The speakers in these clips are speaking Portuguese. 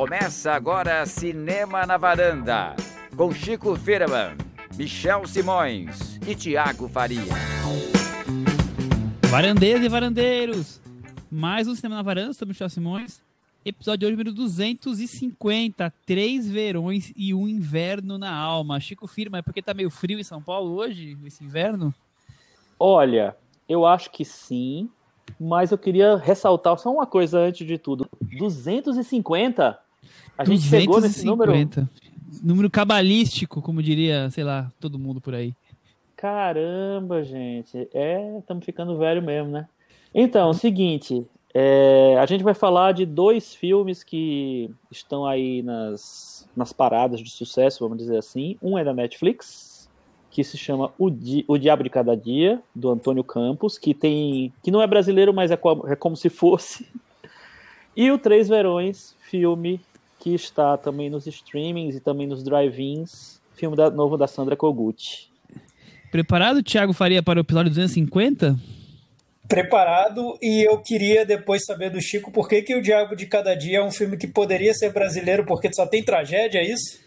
Começa agora Cinema na Varanda, com Chico Firman, Michel Simões e Thiago Faria. Varandeiras e varandeiros, mais um Cinema na Varanda, sou Michel Simões. Episódio de hoje, número 250, 3 verões e um inverno na alma. Chico Firman, é porque tá meio frio em São Paulo hoje, esse inverno? Olha, eu acho que sim, mas eu queria ressaltar só uma coisa antes de tudo. 250? A gente chegou nesse número? Número cabalístico, como diria, sei lá, todo mundo por aí. Caramba, gente. Estamos ficando velho mesmo, né? Então, é o seguinte, a gente vai falar de 2 filmes que estão aí nas paradas de sucesso, vamos dizer assim. Um é da Netflix, que se chama O Diabo de Cada Dia, do Antônio Campos, que não é brasileiro, mas é como se fosse. E o Três Verões, filme que está também nos streamings e também nos drive-ins, filme novo da Sandra Kogut. Preparado, Thiago Faria, para o episódio 250? Preparado, e eu queria depois saber do Chico por que O Diabo de Cada Dia é um filme que poderia ser brasileiro porque só tem tragédia, é isso?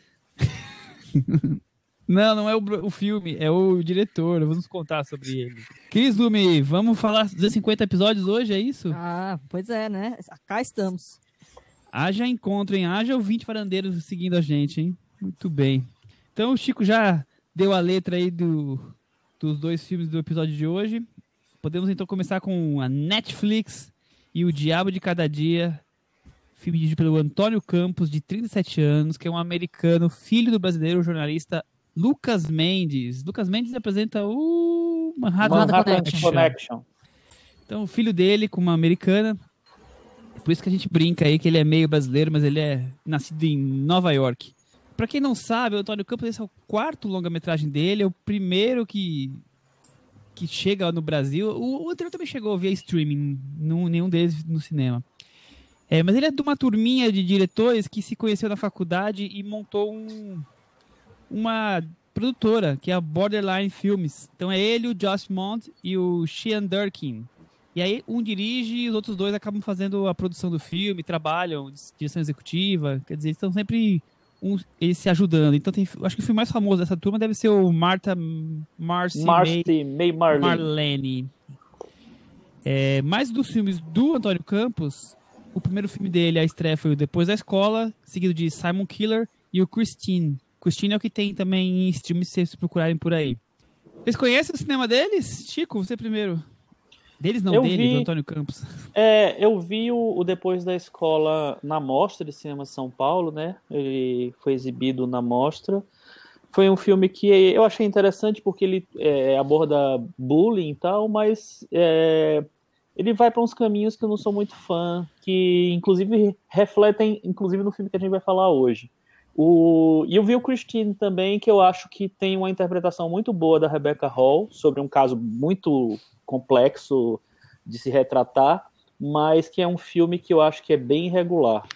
Não é o filme, é o diretor, vamos contar sobre ele. Cris Lume, vamos falar 250 episódios hoje, é isso? Ah, pois é, né? Cá estamos. Haja encontro, hein? Haja ouvinte varandeiros seguindo a gente, hein? Muito bem. Então o Chico já deu a letra aí dos 2 filmes do episódio de hoje. Podemos então começar com a Netflix e O Diabo de Cada Dia, filme dirigido pelo Antônio Campos, de 37 anos, que é um americano, filho do brasileiro jornalista Lucas Mendes. Lucas Mendes apresenta o Manhattan Connection. Então, o filho dele com uma americana. Por isso que a gente brinca aí que ele é meio brasileiro, mas ele é nascido em Nova York. Pra quem não sabe, o Antônio Campos, esse é o 4º longa-metragem dele, é o primeiro que chega no Brasil. O anterior também chegou via streaming, nenhum deles no cinema. Mas ele é de uma turminha de diretores que se conheceu na faculdade e montou uma produtora, que é a Borderline Filmes. Então é ele, o Josh Mond e o Sean Durkin. E aí um dirige e os outros 2 acabam fazendo a produção do filme, trabalham, direção executiva, quer dizer, eles estão sempre eles se ajudando. Então acho que o filme mais famoso dessa turma deve ser o Marcy May Marlene. Mais dos filmes do Antônio Campos, o primeiro filme dele, a estreia, foi o Depois da Escola, seguido de Simon Killer e o Christine. Christine é o que tem também em streams, se vocês procurarem por aí. Vocês conhecem o cinema deles? Chico, você primeiro. Deles não, do Antônio Campos. Eu vi o Depois da Escola na Mostra de Cinema São Paulo, né? Ele foi exibido na Mostra. Foi um filme que eu achei interessante porque ele aborda bullying e tal, mas ele vai para uns caminhos que eu não sou muito fã, que inclusive refletem no filme que a gente vai falar hoje. E eu vi o Christine também, que eu acho que tem uma interpretação muito boa da Rebecca Hall sobre um caso muito complexo de se retratar, mas que é um filme que eu acho que é bem irregular.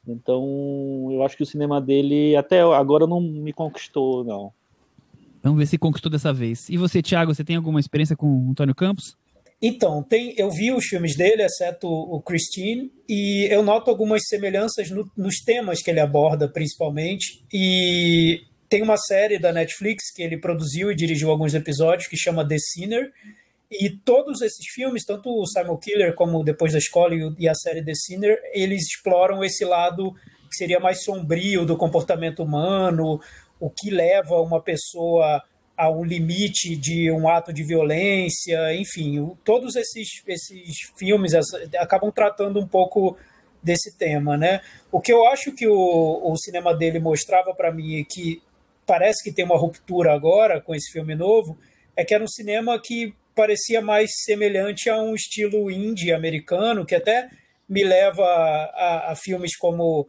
Então, eu acho que o cinema dele até agora não me conquistou, não. Vamos ver se conquistou dessa vez. E você, Thiago, você tem alguma experiência com o Antônio Campos? Então, eu vi os filmes dele, exceto o Christine, e eu noto algumas semelhanças nos temas que ele aborda, principalmente. E tem uma série da Netflix que ele produziu e dirigiu alguns episódios, que chama The Sinner. E todos esses filmes, tanto o Simon Killer como Depois da Escola e a série The Sinner, eles exploram esse lado que seria mais sombrio do comportamento humano, o que leva uma pessoa a um limite de um ato de violência, enfim, todos esses filmes acabam tratando um pouco desse tema, né? O que eu acho que o cinema dele mostrava para mim e que parece que tem uma ruptura agora com esse filme novo, é que era um cinema que parecia mais semelhante a um estilo indie americano, que até me leva a filmes como...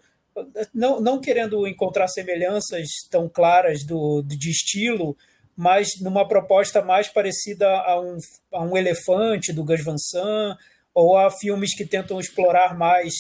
Não querendo encontrar semelhanças tão claras de estilo, mas numa proposta mais parecida a um Elefante, do Gus Van Sant, ou a filmes que tentam explorar mais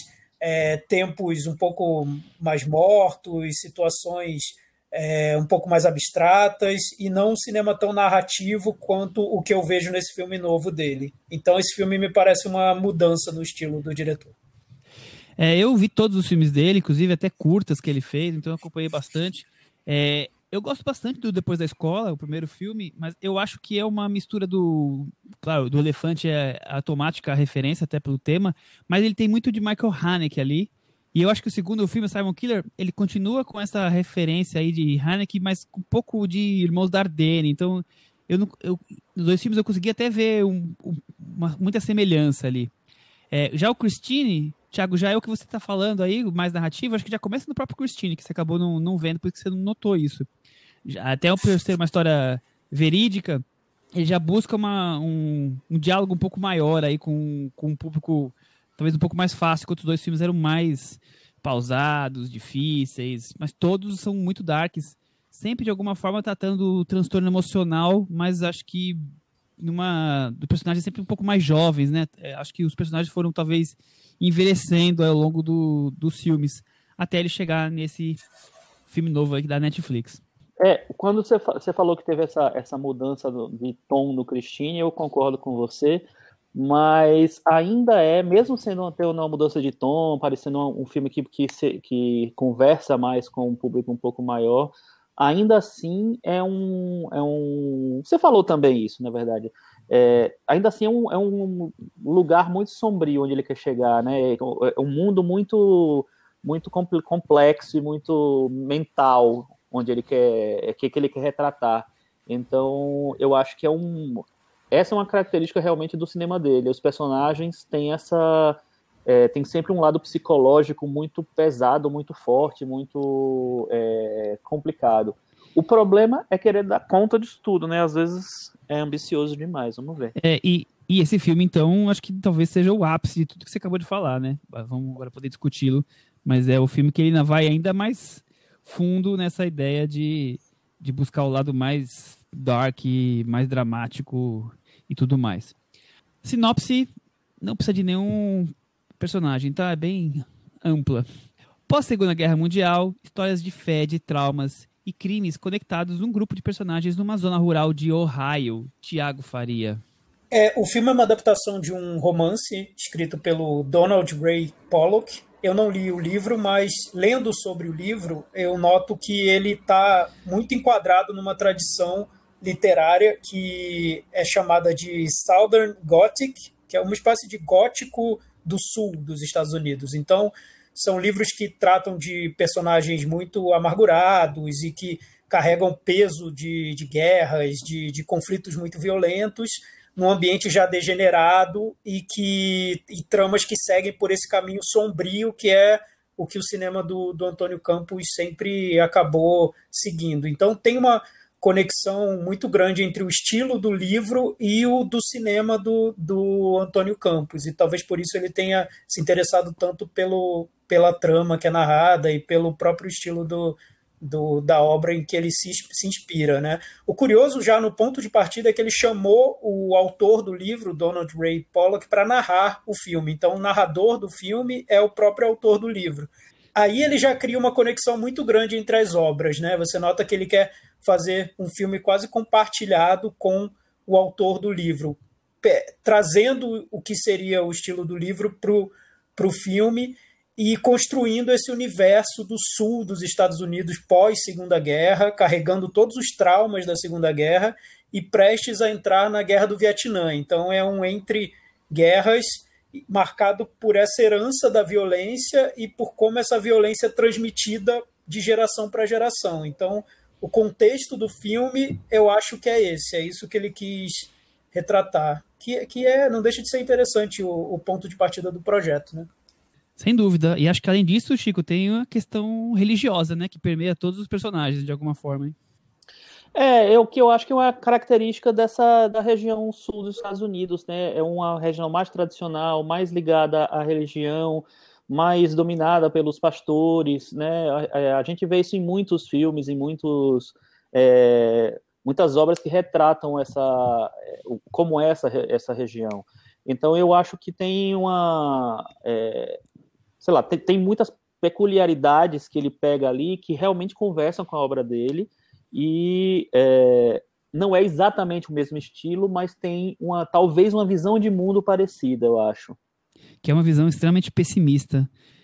tempos um pouco mais mortos, situações um pouco mais abstratas, e não um cinema tão narrativo quanto o que eu vejo nesse filme novo dele. Então esse filme me parece uma mudança no estilo do diretor. Eu vi todos os filmes dele, inclusive até curtas que ele fez, então eu acompanhei bastante. Eu gosto bastante do Depois da Escola, o primeiro filme, mas eu acho que é uma mistura do... Claro, do Elefante é automática a referência, até pelo tema, mas ele tem muito de Michael Haneke ali. E eu acho que o segundo filme, Simon Killer, ele continua com essa referência aí de Haneke, mas com um pouco de Irmãos Dardenne. Então, nos dois filmes eu consegui até ver muita semelhança ali. Já o Christine, Thiago, já é o que você está falando aí, mais narrativo, acho que já começa no próprio Christine, que você acabou não vendo, porque você não notou isso. Até por ser uma história verídica, ele já busca um diálogo um pouco maior aí com um público talvez um pouco mais fácil, enquanto os dois filmes eram mais pausados, difíceis, mas todos são muito darks, sempre de alguma forma tratando o transtorno emocional, mas acho que do personagem sempre um pouco mais jovens, né? Acho que os personagens foram talvez envelhecendo ao longo dos filmes, até ele chegar nesse filme novo aí da Netflix. Quando você falou que teve essa mudança de tom no Christine, eu concordo com você, mas ainda mesmo sendo uma mudança de tom, parecendo um filme que conversa mais com um público um pouco maior, ainda assim você falou também isso, na verdade. Ainda assim é um lugar muito sombrio onde ele quer chegar, né? É um mundo muito, muito complexo e muito mental onde ele que ele quer retratar. Então, eu acho que essa é uma característica realmente do cinema dele. Os personagens têm tem sempre um lado psicológico muito pesado, muito forte, muito complicado. O problema é querer dar conta disso tudo, né? Às vezes é ambicioso demais, vamos ver. E esse filme, então, acho que talvez seja o ápice de tudo que você acabou de falar, né? Vamos agora poder discuti-lo, mas é o filme que ele ainda vai ainda mais fundo nessa ideia de buscar o lado mais dark, mais dramático e tudo mais. Sinopse não precisa de nenhum personagem, tá? É bem ampla. Pós-Segunda Guerra Mundial, histórias de fé, de traumas e crimes conectados num grupo de personagens numa zona rural de Ohio. Tiago Faria. O filme é uma adaptação de um romance escrito pelo Donald Ray Pollock. Eu não li o livro, mas lendo sobre o livro, eu noto que ele está muito enquadrado numa tradição literária que é chamada de Southern Gothic, que é uma espécie de gótico do sul dos Estados Unidos. Então, são livros que tratam de personagens muito amargurados e que carregam peso de guerras, de conflitos muito violentos, num ambiente já degenerado e tramas que seguem por esse caminho sombrio que é o que o cinema do Antônio Campos sempre acabou seguindo. Então tem uma conexão muito grande entre o estilo do livro e o do cinema do Antônio Campos, e talvez por isso ele tenha se interessado tanto pela trama que é narrada e pelo próprio estilo da obra em que ele se inspira, né? O curioso já no ponto de partida é que ele chamou o autor do livro, Donald Ray Pollock, para narrar o filme. Então o narrador do filme é o próprio autor do livro. Aí ele já cria uma conexão muito grande entre as obras, né? Você nota que ele quer fazer um filme quase compartilhado com o autor do livro, trazendo o que seria o estilo do livro para o filme e construindo esse universo do sul dos Estados Unidos pós-Segunda Guerra, carregando todos os traumas da Segunda Guerra e prestes a entrar na Guerra do Vietnã. Então é um entre guerras marcado por essa herança da violência e por como essa violência é transmitida de geração para geração. Então, o contexto do filme, eu acho que é isso que ele quis retratar, não deixa de ser interessante o ponto de partida do projeto, né? Sem dúvida. E acho que além disso, Chico, tem a questão religiosa, né, que permeia todos os personagens de alguma forma, hein? O que eu acho que é uma característica da região sul dos Estados Unidos, né? É uma região mais tradicional, mais ligada à religião, mais dominada pelos pastores, né? A gente vê isso em muitos filmes, em muitas obras que retratam como é essa região. Então eu acho que tem tem muitas peculiaridades que ele pega ali que realmente conversam com a obra dele. E não é exatamente o mesmo estilo, mas tem talvez uma visão de mundo parecida, eu acho. Que é uma visão extremamente pessimista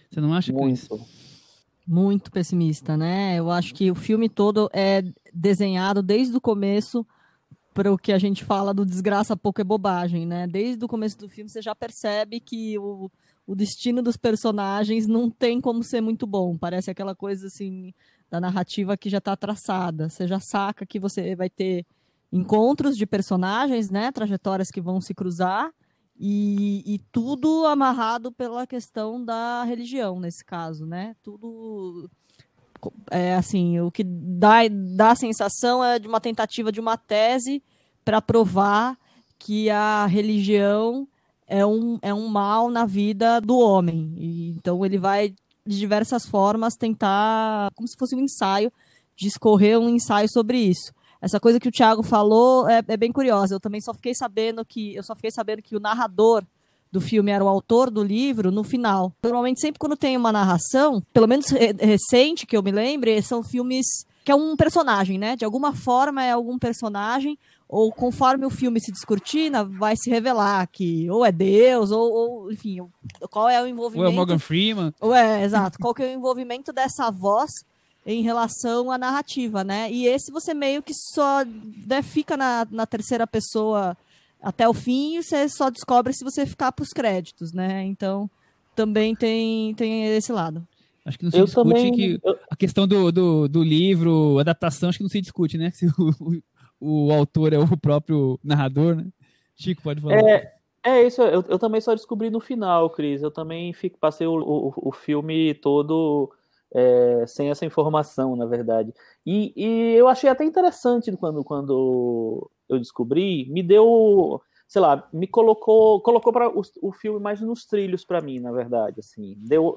Você não acha, Cris? Muito. Muito pessimista, né? Eu acho que o filme todo é desenhado desde o começo para o que a gente fala do desgraça pouco é bobagem, né? Desde o começo do filme você já percebe que o destino dos personagens não tem como ser muito bom. Parece aquela coisa assim da narrativa que já está traçada. Você já saca que você vai ter encontros de personagens, né? Trajetórias que vão se cruzar e tudo amarrado pela questão da religião nesse caso, né? Tudo assim, o que dá a sensação é de uma tentativa de uma tese para provar que a religião é um mal na vida do homem. E, então ele vai, de diversas formas, tentar, como se fosse um ensaio, discorrer um ensaio sobre isso. Essa coisa que o Thiago falou é bem curiosa. Eu também só fiquei sabendo que o narrador do filme era o autor do livro no final. Normalmente, sempre quando tem uma narração, pelo menos recente, que eu me lembre, são filmes que é um personagem, né? De alguma forma é algum personagem, ou conforme o filme se descortina, vai se revelar que ou é Deus, ou enfim, qual é o envolvimento... Ou é o Morgan Freeman. Exato. Qual que é o envolvimento dessa voz em relação à narrativa, né? E esse você meio que só fica na terceira pessoa até o fim, e você só descobre se você ficar para os créditos, né? Então, também tem esse lado. Acho que não se discute a questão do livro, adaptação, acho que não se discute, né? Se o autor é o próprio narrador, né? Chico, pode falar. Isso, eu também só descobri no final, Cris. Eu também passei o filme todo sem essa informação, na verdade. E eu achei até interessante quando eu descobri, me deu, sei lá, me colocou para o filme mais nos trilhos para mim, na verdade, assim, deu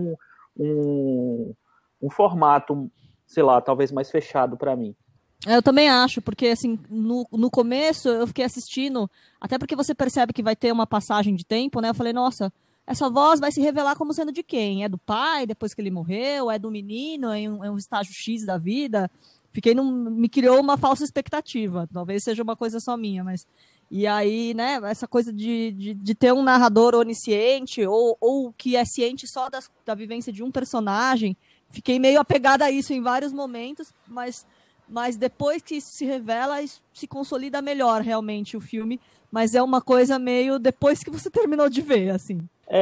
um formato, sei lá, talvez mais fechado para mim. Eu também acho, porque assim, no começo eu fiquei assistindo, até porque você percebe que vai ter uma passagem de tempo, né? Eu falei, nossa, essa voz vai se revelar como sendo de quem? É do pai, depois que ele morreu? É do menino, em um estágio X da vida? Me criou uma falsa expectativa. Talvez seja uma coisa só minha, mas... E aí, né, essa coisa de ter um narrador onisciente ou que é ciente só da vivência de um personagem, fiquei meio apegada a isso em vários momentos, mas depois que isso se revela, se consolida melhor realmente o filme, mas é uma coisa meio depois que você terminou de ver, assim.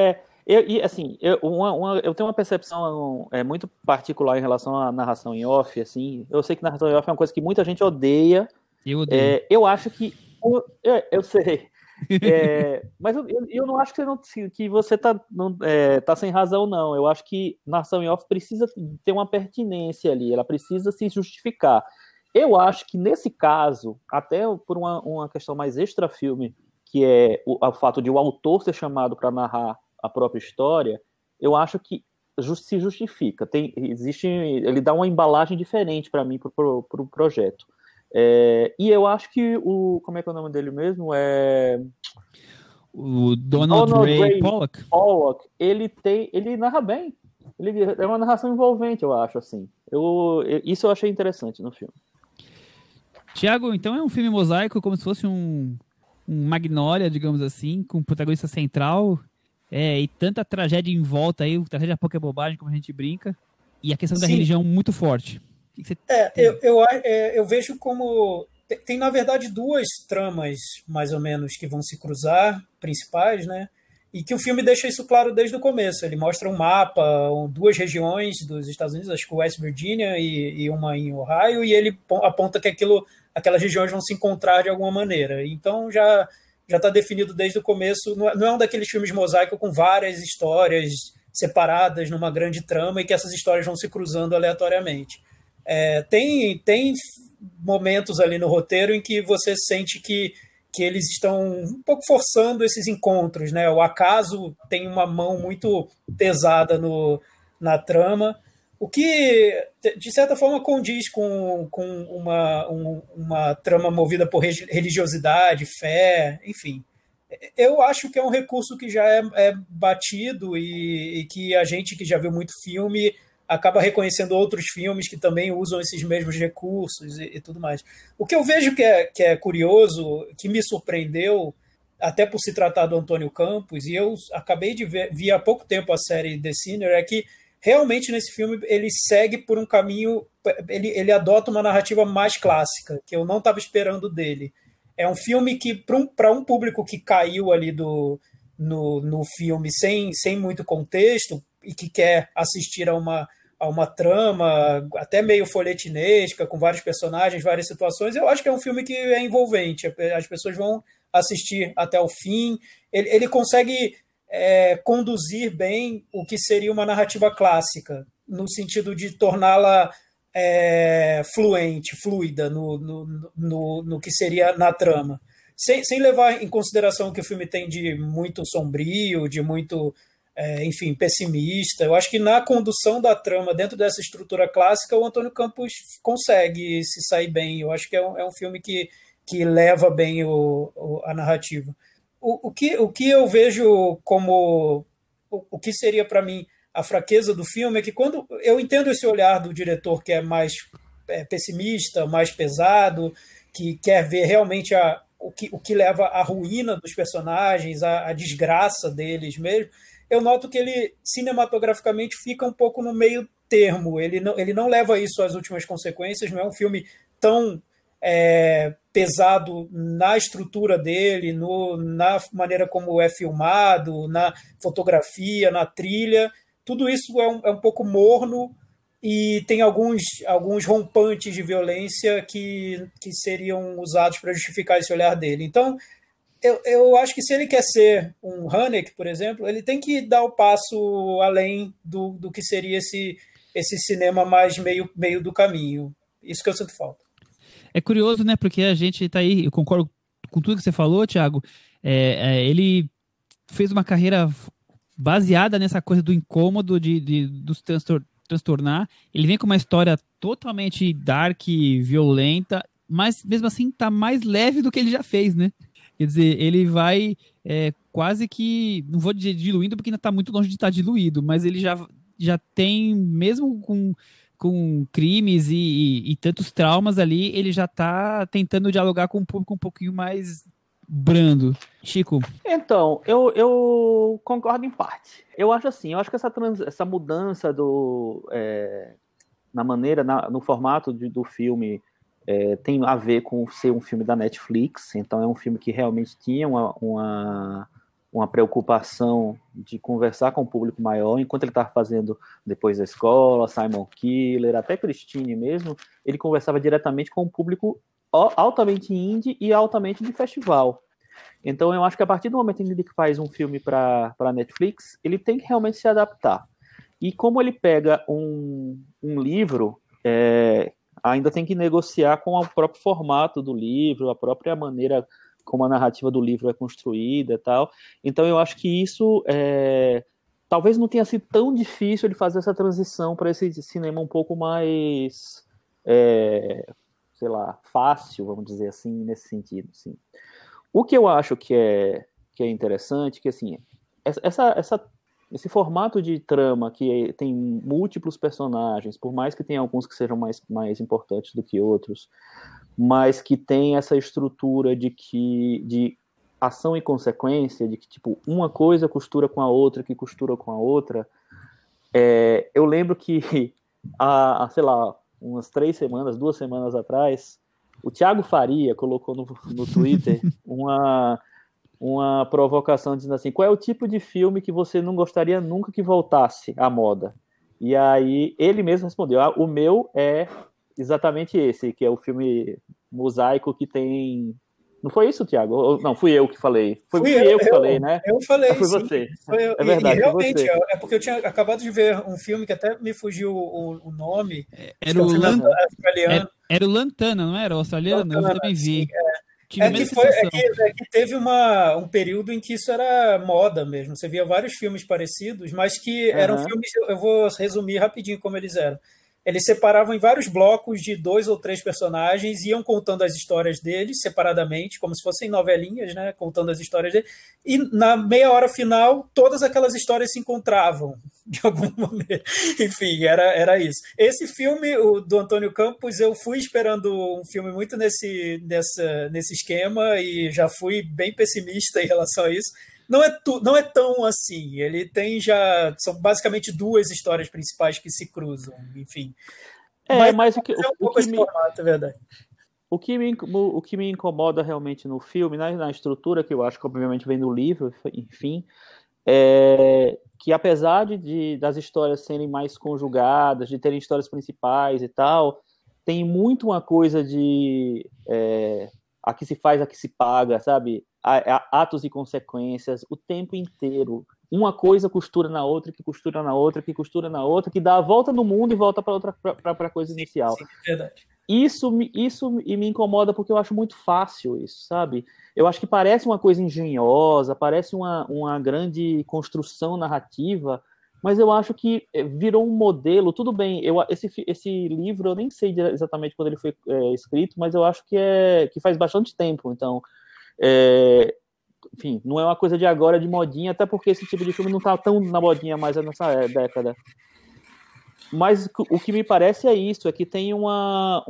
Eu tenho uma percepção muito particular em relação à narração em off, assim. Eu sei que narração em off é uma coisa que muita gente odeia. Eu odeio. Eu acho que... Eu sei. Mas eu não acho que você tá sem razão, não. Eu acho que narração em off precisa ter uma pertinência ali, ela precisa se justificar. Eu acho que nesse caso, até por uma questão mais extra-filme, que é o fato de o autor ser chamado para narrar a própria história, eu acho que se justifica. Ele dá uma embalagem diferente para mim, pro projeto. E eu acho que como é que é o nome dele mesmo? O Donald Ray Pollock, ele narra bem. É uma narração envolvente, eu acho, assim. Isso eu achei interessante no filme. Tiago, então é um filme mosaico, como se fosse um Magnolia, digamos assim, com protagonista central, e tanta tragédia em volta aí, tragédia pouco é bobagem, como a gente brinca, e a questão da religião muito forte. Eu vejo como... Tem, na verdade, duas tramas, mais ou menos, que vão se cruzar, principais, né? E que o filme deixa isso claro desde o começo. Ele mostra um mapa, duas regiões dos Estados Unidos, acho que West Virginia e uma em Ohio, e ele aponta que aquelas regiões vão se encontrar de alguma maneira. Então já está definido desde o começo. Não é um daqueles filmes mosaico com várias histórias separadas numa grande trama e que essas histórias vão se cruzando aleatoriamente. Tem momentos ali no roteiro em que você sente que eles estão um pouco forçando esses encontros, né? O acaso tem uma mão muito pesada na trama, o que, de certa forma, condiz com uma trama movida por religiosidade, fé, enfim. Eu acho que é um recurso que já é batido e que a gente que já viu muito filme acaba reconhecendo outros filmes que também usam esses mesmos recursos e tudo mais. O que eu vejo que é curioso, que me surpreendeu, até por se tratar do Antônio Campos, e eu acabei de vi há pouco tempo a série The Sinner, é que realmente nesse filme ele segue por um caminho, ele adota uma narrativa mais clássica, que eu não estava esperando dele. É um filme que, para um público que caiu ali no filme sem muito contexto e que quer assistir a uma trama até meio folhetinesca, com vários personagens, várias situações, eu acho que é um filme que é envolvente. As pessoas vão assistir até o fim. Ele consegue conduzir bem o que seria uma narrativa clássica, no sentido de torná-la fluida no que seria na trama. Sem levar em consideração que o filme tem de muito sombrio, de muito, enfim, pessimista. Eu acho que na condução da trama, dentro dessa estrutura clássica, o Antônio Campos consegue se sair bem. Eu acho que é um filme que leva bem a narrativa. O que eu vejo como o que seria para mim a fraqueza do filme é que quando eu entendo esse olhar do diretor que é mais pessimista, mais pesado, que quer ver realmente o que leva à ruína dos personagens, à desgraça deles mesmo, eu noto que ele cinematograficamente fica um pouco no meio termo. Ele não leva isso às últimas consequências, não é um filme tão pesado na estrutura dele, na maneira como é filmado, na fotografia, na trilha. Tudo isso é um pouco morno e tem alguns rompantes de violência que seriam usados para justificar esse olhar dele. Então, eu acho que se ele quer ser um Haneke, por exemplo, ele tem que dar o passo além do que seria esse cinema mais meio do caminho. Isso que eu sinto falta. É curioso, né? Porque a gente tá aí, eu concordo com tudo que você falou, Thiago. Ele fez uma carreira baseada nessa coisa do incômodo, dos transtornar. Ele vem com uma história totalmente dark, violenta, mas mesmo assim tá mais leve do que ele já fez, né? Quer dizer, ele vai quase que, não vou dizer diluindo, porque ainda tá muito longe de estar diluído, mas ele já tem, mesmo com crimes e tantos traumas ali, ele já tá tentando dialogar com um público um pouquinho mais brando. Chico? Então, eu concordo em parte. Eu acho assim, eu acho que essa mudança na maneira, no formato do filme tem a ver com ser um filme da Netflix, então é um filme que realmente tinha uma preocupação de conversar com o público maior, enquanto ele estava fazendo Depois da Escola, Simon Killer, até Christine mesmo, ele conversava diretamente com o público altamente indie e altamente de festival. Então eu acho que a partir do momento em que ele faz um filme para a Netflix, ele tem que realmente se adaptar. E como ele pega um livro, ainda tem que negociar com o próprio formato do livro, a própria maneira como a narrativa do livro é construída e tal. Então eu acho que isso talvez não tenha sido tão difícil ele fazer essa transição para esse cinema um pouco mais sei lá, fácil, vamos dizer assim, nesse sentido. Assim. O que eu acho que é interessante, que assim, esse formato de trama que tem múltiplos personagens, por mais que tenha alguns que sejam mais importantes do que outros, mas que tem essa estrutura de ação e consequência, de que tipo, uma coisa costura com a outra, que costura com a outra. Eu lembro que sei lá, umas 2 semanas atrás, o Thiago Faria colocou no Twitter uma provocação dizendo assim, qual é o tipo de filme que você não gostaria nunca que voltasse à moda? E aí ele mesmo respondeu, o meu é exatamente esse, que é o filme Mosaico que tem... Não foi isso, Thiago? Não, fui eu que falei. Fui eu que falei, né? Eu falei, foi sim. Você. É verdade, realmente, é porque eu tinha acabado de ver um filme que até me fugiu o nome. Era o Lantana. Era o Lantana, não era? O australiano? Eu também vi. Que teve um período em que isso era moda mesmo. Você via vários filmes parecidos, mas que eram filmes... Eu vou resumir rapidinho como eles eram. eles separavam em vários blocos de 2 ou 3 personagens, iam contando as histórias deles separadamente, como se fossem novelinhas, né, contando as histórias deles, e na meia hora final, todas aquelas histórias se encontravam, de alguma maneira. Enfim, era isso. Esse filme, o do Antônio Campos, eu fui esperando um filme muito nesse esquema, e já fui bem pessimista em relação a isso. Não é tão assim. Ele tem já. São basicamente 2 histórias principais que se cruzam, enfim. Mas é um pouco esse formato, é verdade. O que me incomoda realmente no filme, na estrutura, que eu acho que obviamente vem do livro, enfim, é que apesar das histórias serem mais conjugadas, de terem histórias principais e tal, tem muito uma coisa de a que se faz, a que se paga, sabe? Atos e consequências o tempo inteiro. Uma coisa costura na outra, que costura na outra, que costura na outra, que dá a volta no mundo e volta para a coisa inicial. Sim, é verdade. Isso me incomoda porque eu acho muito fácil isso, sabe? Eu acho que parece uma coisa engenhosa, parece uma grande construção narrativa, mas eu acho que virou um modelo. Tudo bem, esse livro eu nem sei exatamente quando ele foi escrito, mas eu acho que faz bastante tempo, então enfim, não é uma coisa de agora, de modinha, até porque esse tipo de filme não está tão na modinha mais nessa década. Mas o que me parece é isso, é que tem uma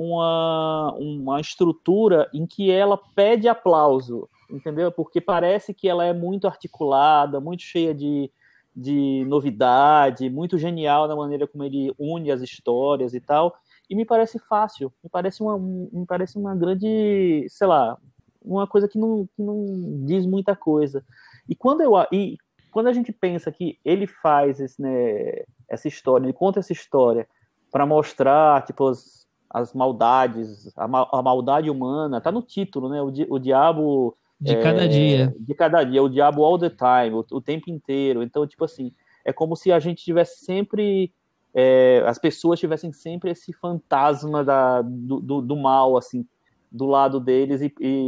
estrutura em que ela pede aplauso, entendeu? Porque parece que ela é muito articulada, muito cheia de novidade, muito genial na maneira como ele une as histórias e tal, e me parece fácil, me parece uma grande, sei lá, uma coisa que não diz muita coisa. E quando a gente pensa que ele faz essa história, ele conta essa história para mostrar tipo as maldades, a maldade humana, tá no título, né? O diabo de cada dia. De cada dia, o diabo all the time, o tempo inteiro. Então, tipo assim, é como se a gente tivesse sempre as pessoas tivessem sempre esse fantasma do mal, assim, do lado deles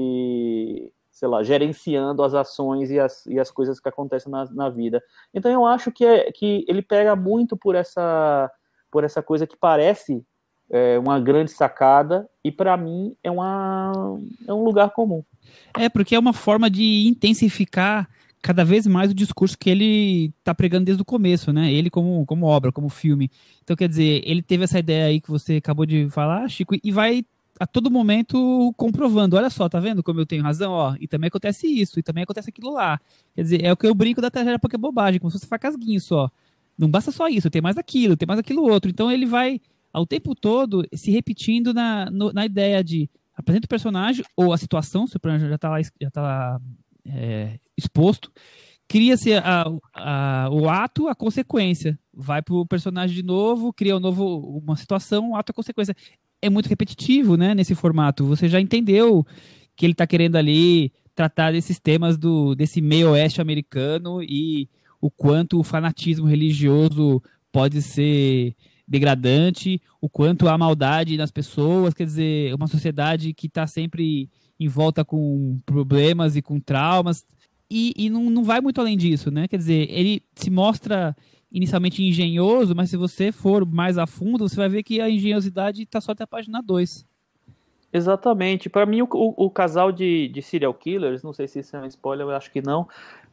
e sei lá, gerenciando as ações e as coisas que acontecem na vida. Então eu acho que ele pega muito por essa coisa que parece uma grande sacada e para mim é um lugar comum. Porque é uma forma de intensificar cada vez mais o discurso que ele tá pregando desde o começo, né? Ele como obra, como filme. Então, quer dizer, ele teve essa ideia aí que você acabou de falar, Chico, e vai a todo momento comprovando, olha só, tá vendo como eu tenho razão, ó, e também acontece isso, e também acontece aquilo lá. Quer dizer, é o que eu brinco da tragédia porque é bobagem, como se fosse facasguinho só. Não basta só isso, tem mais aquilo outro. Então ele vai, ao tempo todo, se repetindo na ideia de apresenta o personagem, ou a situação, se o personagem já tá lá exposto, cria-se o ato, a consequência. Vai pro personagem de novo, cria uma situação, um ato, a consequência. É muito repetitivo, né, nesse formato. Você já entendeu que ele está querendo ali tratar desses temas desse meio oeste americano e o quanto o fanatismo religioso pode ser degradante, o quanto há maldade nas pessoas, quer dizer, uma sociedade que está sempre em volta com problemas e com traumas, e não vai muito além disso, né? Quer dizer, ele se mostra inicialmente engenhoso, mas se você for mais a fundo, você vai ver que a engenhosidade está só até a página 2. Exatamente. Para mim, o casal de serial killers, não sei se isso é um spoiler, eu acho que não,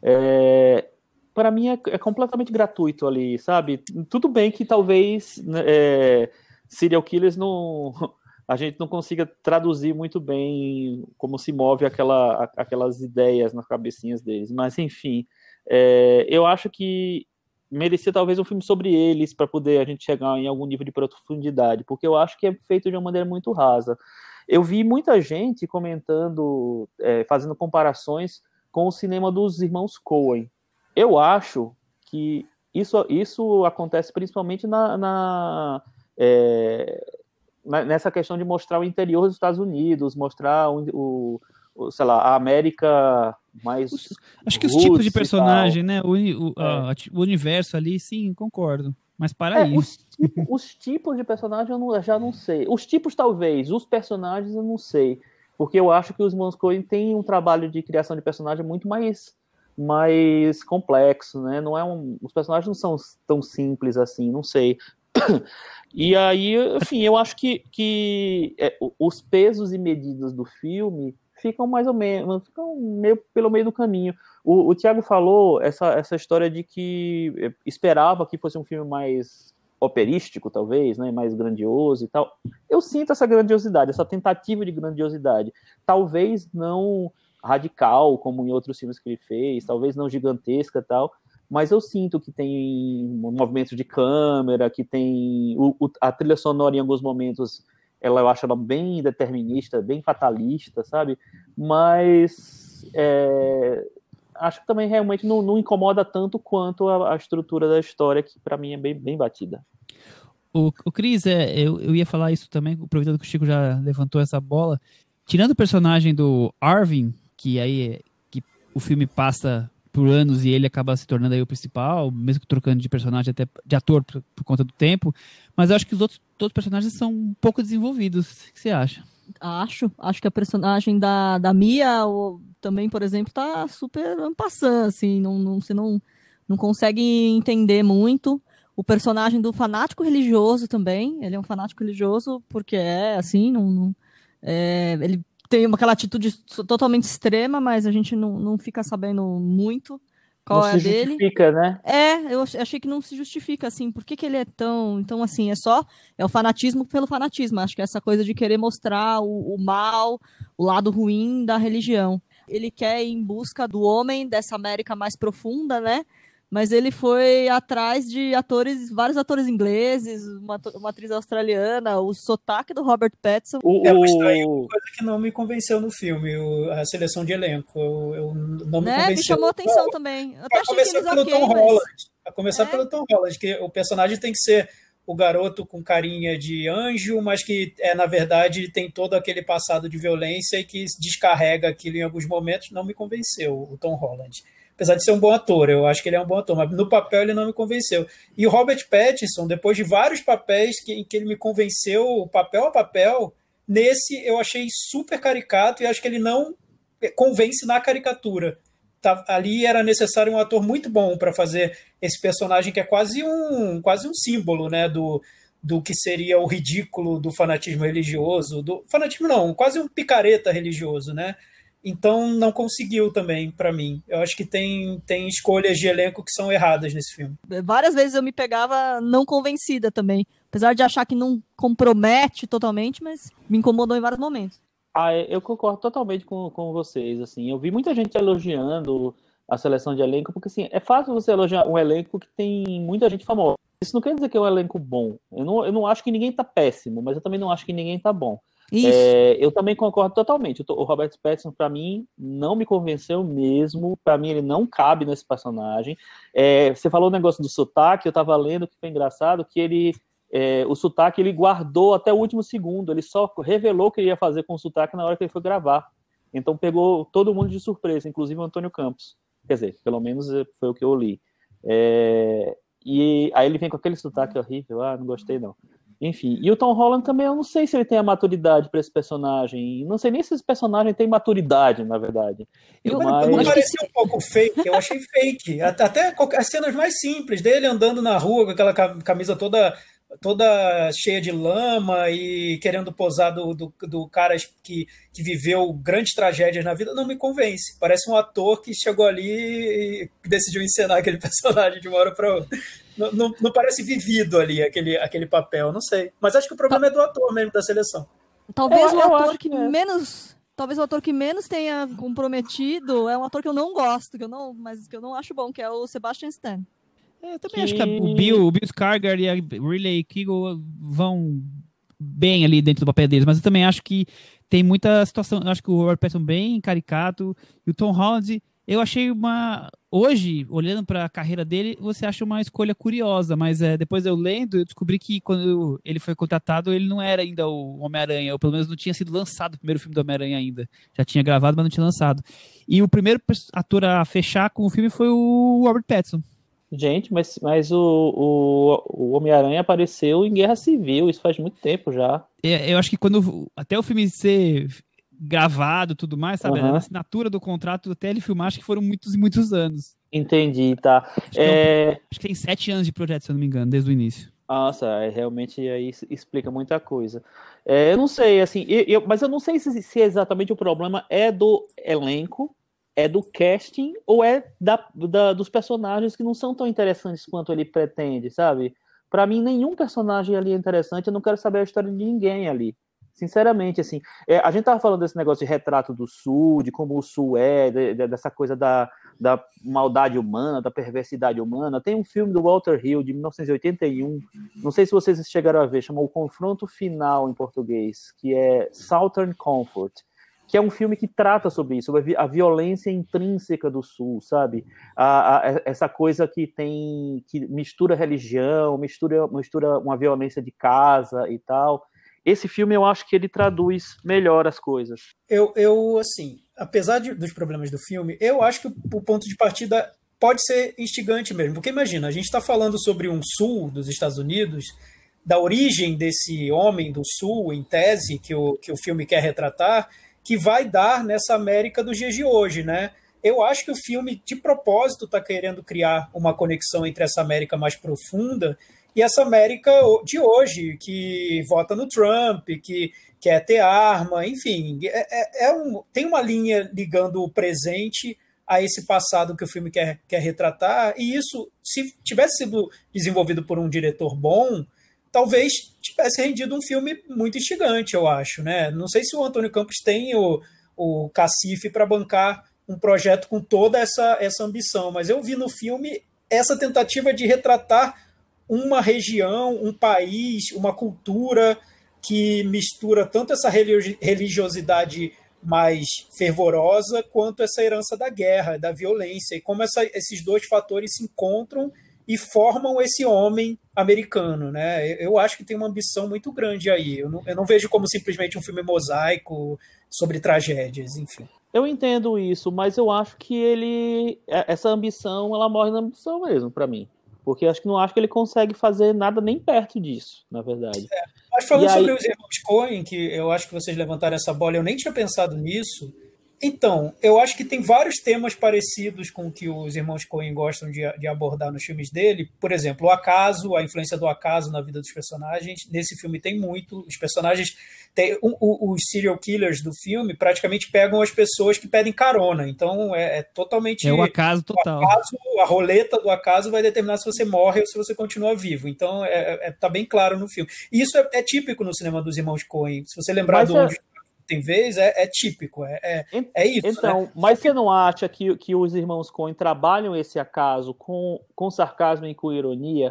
para mim é completamente gratuito ali, sabe? Tudo bem que talvez serial killers a gente não consiga traduzir muito bem como se move aquelas ideias nas cabecinhas deles, mas enfim, eu acho que merecia talvez um filme sobre eles para poder a gente chegar em algum nível de profundidade, porque eu acho que é feito de uma maneira muito rasa. Eu vi muita gente comentando, fazendo comparações com o cinema dos irmãos Coen. Eu acho que isso acontece principalmente nessa questão de mostrar o interior dos Estados Unidos, mostrar sei lá, a América mais... Acho que os tipos de personagem, né? O universo ali, sim, concordo. Mas para aí. Os tipos de personagem eu já não sei. Os tipos talvez, os personagens eu não sei. Porque eu acho que os irmãos Coen têm um trabalho de criação de personagem muito mais complexo, né? Os personagens não são tão simples assim, não sei. E aí, enfim, eu acho que os pesos e medidas do filme ficam mais ou menos, ficam pelo meio do caminho. O Thiago falou essa história de que esperava que fosse um filme mais operístico, talvez, né, mais grandioso e tal. Eu sinto essa grandiosidade, essa tentativa de grandiosidade. Talvez não radical, como em outros filmes que ele fez, talvez não gigantesca e tal, mas eu sinto que tem movimentos de câmera, que tem a trilha sonora em alguns momentos, eu acho ela bem determinista, bem fatalista, sabe? Mas acho que também realmente não incomoda tanto quanto a estrutura da história, que para mim é bem batida. O Cris, eu ia falar isso também, aproveitando que o Chico já levantou essa bola. Tirando o personagem do Arvin, que o filme passa por anos e ele acaba se tornando aí o principal, mesmo que trocando de personagem, até de ator por conta do tempo, mas eu acho que todos os personagens são um pouco desenvolvidos. O que você acha? Acho que a personagem da Mia também, por exemplo, tá super en passant, assim, você não consegue entender muito. O personagem do fanático religioso também, ele é um fanático religioso porque assim, ele tem aquela atitude totalmente extrema, mas a gente não fica sabendo muito qual é a dele. Não se justifica, né? Eu achei que não se justifica, assim, por que ele é tão... Então, assim, é o fanatismo pelo fanatismo. Acho que é essa coisa de querer mostrar o mal, o lado ruim da religião. Ele quer ir em busca do homem, dessa América mais profunda, né? Mas ele foi atrás de vários atores ingleses, uma atriz australiana, o sotaque do Robert Pattinson. Mas tá aí uma coisa que não me convenceu no filme, a seleção de elenco. Eu não me convenceu. Me chamou atenção também. Eu até achei que eles pelo Tom Holland. A começar pelo Tom Holland, que o personagem tem que ser o garoto com carinha de anjo, mas que, na verdade, tem todo aquele passado de violência e que descarrega aquilo em alguns momentos. Não me convenceu, o Tom Holland. Apesar de ser um bom ator, eu acho que ele é um bom ator, mas no papel ele não me convenceu. E o Robert Pattinson, depois de vários papéis em que ele me convenceu papel a papel, nesse eu achei super caricato e acho que ele não convence na caricatura. Ali era necessário um ator muito bom para fazer esse personagem que é quase um símbolo, né, do que seria o ridículo do fanatismo religioso. Do fanatismo não, quase um picareta religioso, né? Então não conseguiu também para mim. Eu acho que tem escolhas de elenco que são erradas nesse filme. Várias vezes eu me pegava não convencida também. Apesar de achar que não compromete totalmente, mas me incomodou em vários momentos. Eu concordo totalmente com vocês. Assim, eu vi muita gente elogiando a seleção de elenco, porque assim, é fácil você elogiar um elenco que tem muita gente famosa. Isso não quer dizer que é um elenco bom. Eu não acho que ninguém tá péssimo, mas eu também não acho que ninguém tá bom. Eu também concordo totalmente. O Robert Pattinson, para mim, não me convenceu mesmo. Para mim, ele não cabe nesse personagem. Você falou o negócio do sotaque, eu estava lendo, que foi engraçado, que o sotaque ele guardou até o último segundo. Ele só revelou o que ele ia fazer com o sotaque na hora que ele foi gravar. Então pegou todo mundo de surpresa, inclusive o Antônio Campos. Quer dizer, pelo menos foi o que eu li. E aí ele vem com aquele sotaque horrível. Não gostei não. Enfim, e o Tom Holland também, eu não sei se ele tem a maturidade para esse personagem. Não sei nem se esse personagem tem maturidade, na verdade. Não parecia um pouco fake, eu achei fake. Até as cenas mais simples dele andando na rua com aquela camisa toda cheia de lama e querendo posar do cara que viveu grandes tragédias na vida, não me convence. Parece um ator que chegou ali e decidiu encenar aquele personagem de uma hora para outra. Não parece vivido ali aquele papel, não sei. Mas acho que o problema é do ator mesmo, da seleção. Talvez o ator que menos tenha comprometido é um ator que eu não gosto, mas que eu não acho bom, que é o Sebastian Stan. Eu também acho que o Bill Skarsgård e a Riley Keough vão bem ali dentro do papel deles, mas eu também acho que tem muita situação. Eu acho que o Robert Pattinson bem caricato e o Tom Holland, eu achei hoje, olhando para a carreira dele, você acha uma escolha curiosa, mas depois eu lendo, eu descobri que quando ele foi contratado, ele não era ainda o Homem-Aranha, ou pelo menos não tinha sido lançado o primeiro filme do Homem-Aranha ainda. Já tinha gravado, mas não tinha lançado. E o primeiro ator a fechar com o filme foi o Robert Pattinson. Gente, mas o Homem-Aranha apareceu em Guerra Civil, isso faz muito tempo já. Eu acho que até o filme ser gravado e tudo mais, sabe? A assinatura do contrato até ele filmar, acho que foram muitos e muitos anos. Entendi, tá. Acho que tem 7 anos de projeto, se eu não me engano, desde o início. Nossa, realmente aí explica muita coisa. Eu não sei, assim, mas eu não sei se exatamente o problema é do elenco, é do casting, ou é dos personagens que não são tão interessantes quanto ele pretende, sabe? Pra mim, nenhum personagem ali é interessante, eu não quero saber a história de ninguém ali. Sinceramente, assim, a gente tava falando desse negócio de retrato do Sul, de como o Sul dessa coisa da maldade humana, da perversidade humana. Tem um filme do Walter Hill, de 1981, não sei se vocês chegaram a ver, chamou O Confronto Final, em português, que é Southern Comfort, que é um filme que trata sobre isso, sobre a violência intrínseca do Sul, sabe? Essa coisa que mistura religião, mistura uma violência de casa e tal. Esse filme eu acho que ele traduz melhor as coisas. Eu assim, apesar dos problemas do filme, eu acho que o ponto de partida pode ser instigante mesmo. Porque imagina, a gente está falando sobre um sul dos Estados Unidos, da origem desse homem do sul, em tese, que o filme quer retratar, que vai dar nessa América dos dias de hoje, né? Eu acho que o filme, de propósito, está querendo criar uma conexão entre essa América mais profunda e essa América de hoje, que vota no Trump, que quer ter arma, enfim. Tem uma linha ligando o presente a esse passado que o filme quer retratar, e isso, se tivesse sido desenvolvido por um diretor bom, talvez tivesse rendido um filme muito instigante, eu acho, né? Não sei se o Antônio Campos tem o cacife para bancar um projeto com toda essa ambição, mas eu vi no filme essa tentativa de retratar uma região, um país, uma cultura que mistura tanto essa religiosidade mais fervorosa quanto essa herança da guerra, da violência, e como esses dois fatores se encontram e formam esse homem americano, né? Eu acho que tem uma ambição muito grande aí. Eu não vejo como simplesmente um filme mosaico sobre tragédias, enfim. Eu entendo isso, mas eu acho que essa ambição, ela morre na ambição mesmo, para mim. Porque eu não acho que ele consegue fazer nada nem perto disso, na verdade. Mas falando sobre os irmãos Coen, que eu acho que vocês levantaram essa bola, eu nem tinha pensado nisso. Então, eu acho que tem vários temas parecidos com o que os irmãos Coen gostam de abordar nos filmes dele. Por exemplo, o acaso, a influência do acaso na vida dos personagens. Nesse filme tem muito. Os personagens, os serial killers do filme praticamente pegam as pessoas que pedem carona. Então, é totalmente... É o acaso total. A roleta do acaso vai determinar se você morre ou se você continua vivo. Então, tá bem claro no filme. E isso é típico no cinema dos irmãos Coen. Se você lembrar do Onde Tem Vez, é típico, é isso. Então, né? Mas você não acha que os irmãos Coen trabalham esse acaso com sarcasmo e com ironia,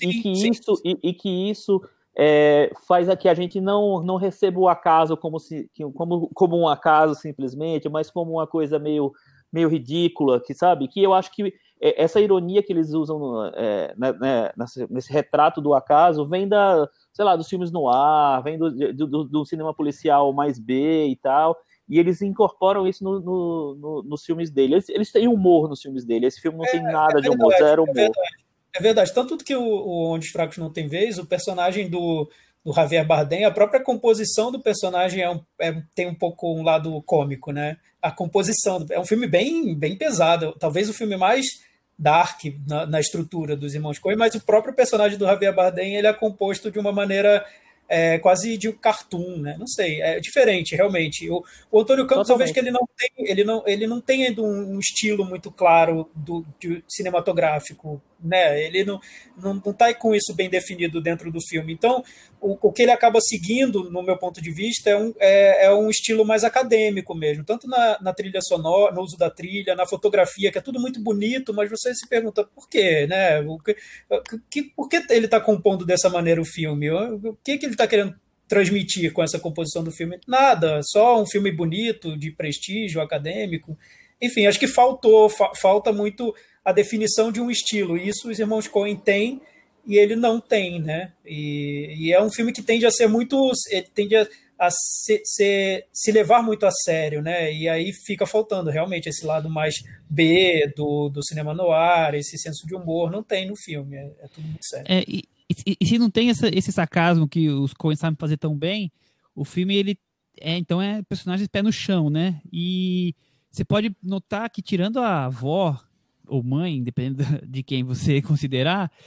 e que isso faz a que a gente não receba o acaso como um acaso simplesmente, mas como uma coisa meio ridícula, que sabe? Que eu acho que essa ironia que eles usam nesse retrato do acaso vem dos filmes noir, vem do cinema policial mais B e tal, e eles incorporam isso nos filmes dele. Eles têm humor nos filmes dele, esse filme não tem nada de humor, zero humor. É verdade, tanto que o Onde os Fracos Não Têm Vez, o personagem do Javier Bardem, a própria composição do personagem tem um pouco um lado cômico, né? A composição, é um filme bem, bem pesado, talvez o filme mais dark na estrutura dos irmãos Coen, mas o próprio personagem do Javier Bardem ele é composto de uma maneira quase de cartoon, né? Não sei, é diferente, realmente. O Antônio Campos, eu vejo que ele não tem ainda um estilo muito claro de cinematográfico, né? Ele não está com isso bem definido dentro do filme. Então, o que ele acaba seguindo, no meu ponto de vista, é um estilo mais acadêmico mesmo, tanto na trilha sonora, no uso da trilha, na fotografia, que é tudo muito bonito, mas você se pergunta por quê, né? Por que ele está compondo dessa maneira o filme? O que ele está querendo transmitir com essa composição do filme? Nada, só um filme bonito, de prestígio acadêmico. Enfim, acho que falta muito a definição de um estilo, e isso os irmãos Coen têm e ele não tem, né? E é um filme que tende a ser muito, tende a se levar muito a sério, né? E aí fica faltando realmente esse lado mais B do cinema noir, esse senso de humor, não tem no filme, é tudo muito sério. E se não tem esse sarcasmo que os Coen sabem fazer tão bem, o filme ele então é personagens pé no chão, né? E você pode notar que tirando a avó ou mãe, dependendo de quem você considerar,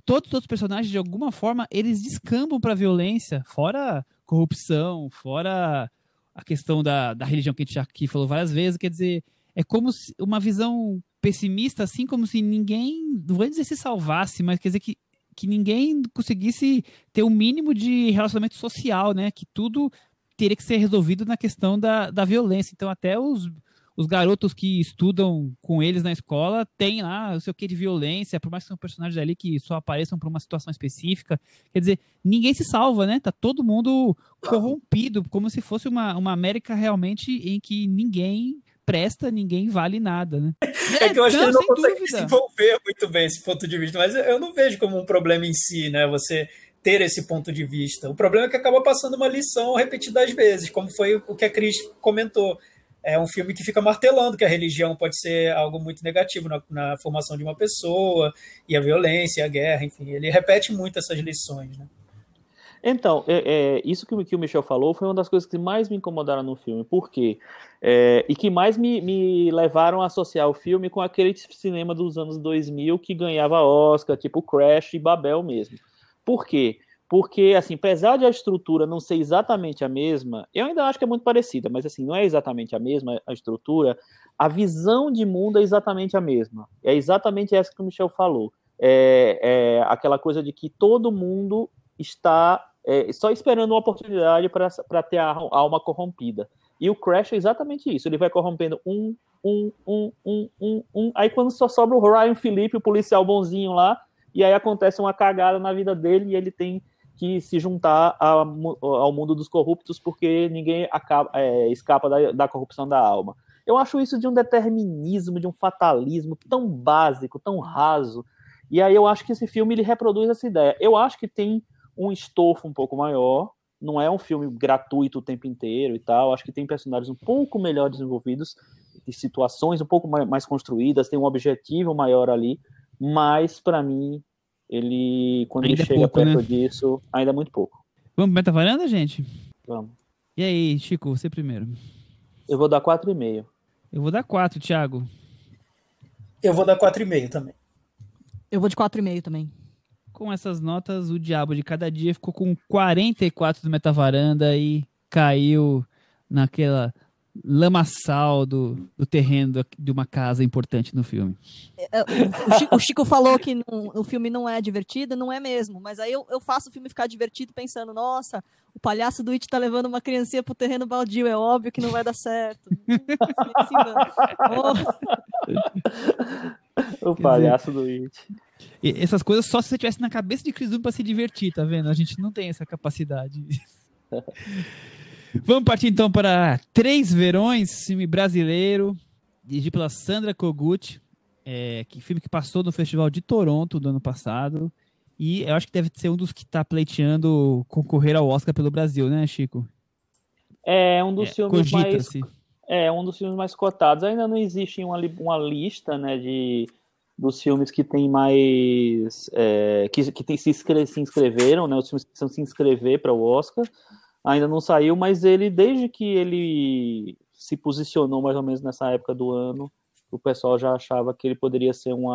todos os outros personagens, de alguma forma, eles descambam pra violência, fora corrupção, fora a questão da religião que a gente já aqui falou várias vezes. Quer dizer, é como se uma visão pessimista, assim, como se ninguém, não vou dizer se salvasse, mas quer dizer que ninguém conseguisse ter um mínimo de relacionamento social, né? Que tudo teria que ser resolvido na questão da violência. Então, até os garotos que estudam com eles na escola têm lá não sei o que de violência, por mais que sejam personagens ali que só apareçam por uma situação específica. Quer dizer, ninguém se salva, né? Tá todo mundo corrompido, como se fosse uma América realmente em que ninguém presta, ninguém vale nada, né? É que eu acho que ele não sem consegue dúvida. desenvolver muito bem esse ponto de vista, mas eu não vejo como um problema em si, né? Você ter esse ponto de vista. O problema é que acaba passando uma lição repetidas vezes, como foi o que a Cris comentou. É um filme que fica martelando que a religião pode ser algo muito negativo na formação de uma pessoa, e a violência, a guerra, enfim. Ele repete muito essas lições, né? Então, isso que o Michel falou foi uma das coisas que mais me incomodaram no filme. Por quê? E que mais me levaram a associar o filme com aquele cinema dos anos 2000 que ganhava Oscar, tipo Crash e Babel mesmo. Por quê? Porque, assim, apesar de a estrutura não ser exatamente a mesma, eu ainda acho que é muito parecida, mas, assim, não é exatamente a mesma a estrutura, a visão de mundo é exatamente a mesma. É exatamente essa que o Michel falou. É aquela coisa de que todo mundo está só esperando uma oportunidade para ter a alma corrompida. E o Crash é exatamente isso. Ele vai corrompendo aí quando só sobra o Ryan Phillippe, o policial bonzinho lá, e aí acontece uma cagada na vida dele e ele tem que se juntar ao mundo dos corruptos porque ninguém escapa da corrupção da alma. Eu acho isso de um determinismo, de um fatalismo tão básico, tão raso. E aí eu acho que esse filme ele reproduz essa ideia. Eu acho que tem um estofo um pouco maior, não é um filme gratuito o tempo inteiro e tal, acho que tem personagens um pouco melhor desenvolvidos, de situações um pouco mais construídas, tem um objetivo maior ali, mas para mim, quando Ainda ele chega pouco, perto né? disso, ainda é muito pouco. Vamos pro Metavaranda, gente? Vamos. E aí, Chico, você primeiro. Eu vou dar 4,5. Eu vou dar 4, Thiago. Eu vou dar 4,5 também. Eu vou de 4,5 também. Com essas notas, o Diabo de Cada Dia ficou com 44 do Metavaranda e caiu naquela lamaçal do terreno de uma casa importante no filme. O Chico falou que o filme não é divertido, não é mesmo. Mas aí eu faço o filme ficar divertido pensando, nossa, o palhaço do It tá levando uma criancinha pro terreno baldio, é óbvio que não vai dar certo. O palhaço do It. E essas coisas só se você tivesse na cabeça de Chris Doom pra se divertir, tá vendo? A gente não tem essa capacidade. Vamos partir então para Três Verões, filme brasileiro, dirigido pela Sandra Kogut, filme que passou no Festival de Toronto do ano passado. E eu acho que deve ser um dos que está pleiteando concorrer ao Oscar pelo Brasil, né, Chico? É um dos filmes cogita-se. um dos filmes mais cotados. Ainda não existe uma lista, né, dos filmes que tem mais que se inscreveram, né, os filmes que precisam se inscrever para o Oscar. Ainda não saiu, mas desde que ele se posicionou mais ou menos nessa época do ano, o pessoal já achava que ele poderia ser um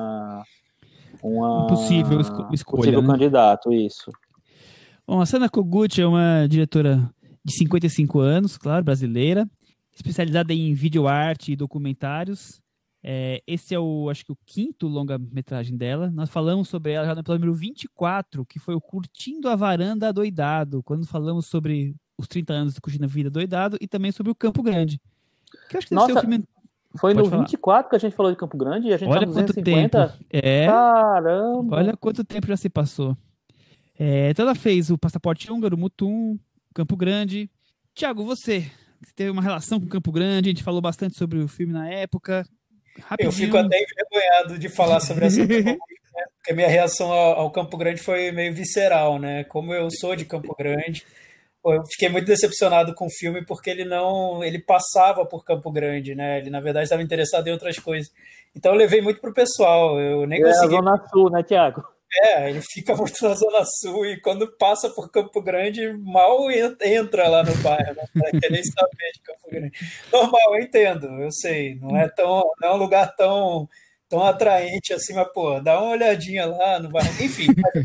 possível escolha, possível né? candidato, isso. Bom, a Sandra Kogut é uma diretora de 55 anos, claro, brasileira, especializada em videoarte e documentários. Esse é acho que o 5º longa-metragem dela. Nós falamos sobre ela já no episódio número 24, que foi o Curtindo a Varanda Adoidado, quando falamos sobre os 30 anos de Curtindo a Vida Adoidado e também sobre o Campo Grande. Que eu acho que deve ser o filme... Foi Pode no falar. 24 que a gente falou de Campo Grande e a gente Olha tá no quanto 250. tempo. Caramba! Olha quanto tempo já se passou. Então ela fez o Passaporte Húngaro, Mutum, Campo Grande. Thiago, você teve uma relação com Campo Grande, a gente falou bastante sobre o filme na época. Rapidinho. Eu fico até envergonhado de falar sobre essa coisa, né? Porque a minha reação ao Campo Grande foi meio visceral, né? Como eu sou de Campo Grande, eu fiquei muito decepcionado com o filme porque ele passava por Campo Grande, né? Ele, na verdade, estava interessado em outras coisas. Então, eu levei muito pro pessoal. Eu nem consegui... a Zona Sul, né, Thiago? Ele fica muito na Zona Sul e quando passa por Campo Grande, mal entra lá no bairro, né? Não quer nem saber de Campo Grande. Normal, eu entendo, eu sei. Não é um lugar tão tão atraente assim, mas, pô, dá uma olhadinha lá, não vai. Enfim,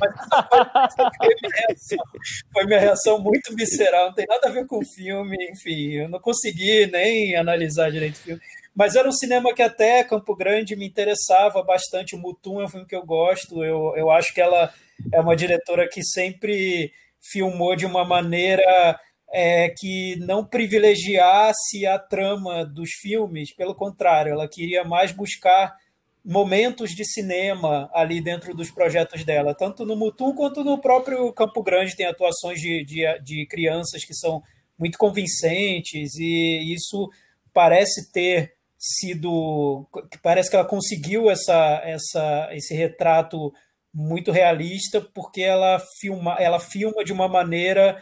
essa foi minha reação muito visceral, não tem nada a ver com o filme, enfim, eu não consegui nem analisar direito o filme. Mas era um cinema que até Campo Grande me interessava bastante. O Mutum é um filme que eu gosto, eu acho que ela é uma diretora que sempre filmou de uma maneira que não privilegiasse a trama dos filmes, pelo contrário, ela queria mais buscar momentos de cinema ali dentro dos projetos dela, tanto no Mutum quanto no próprio Campo Grande tem atuações de crianças que são muito convincentes e isso parece ter sido, parece que ela conseguiu esse retrato muito realista porque ela filma de uma maneira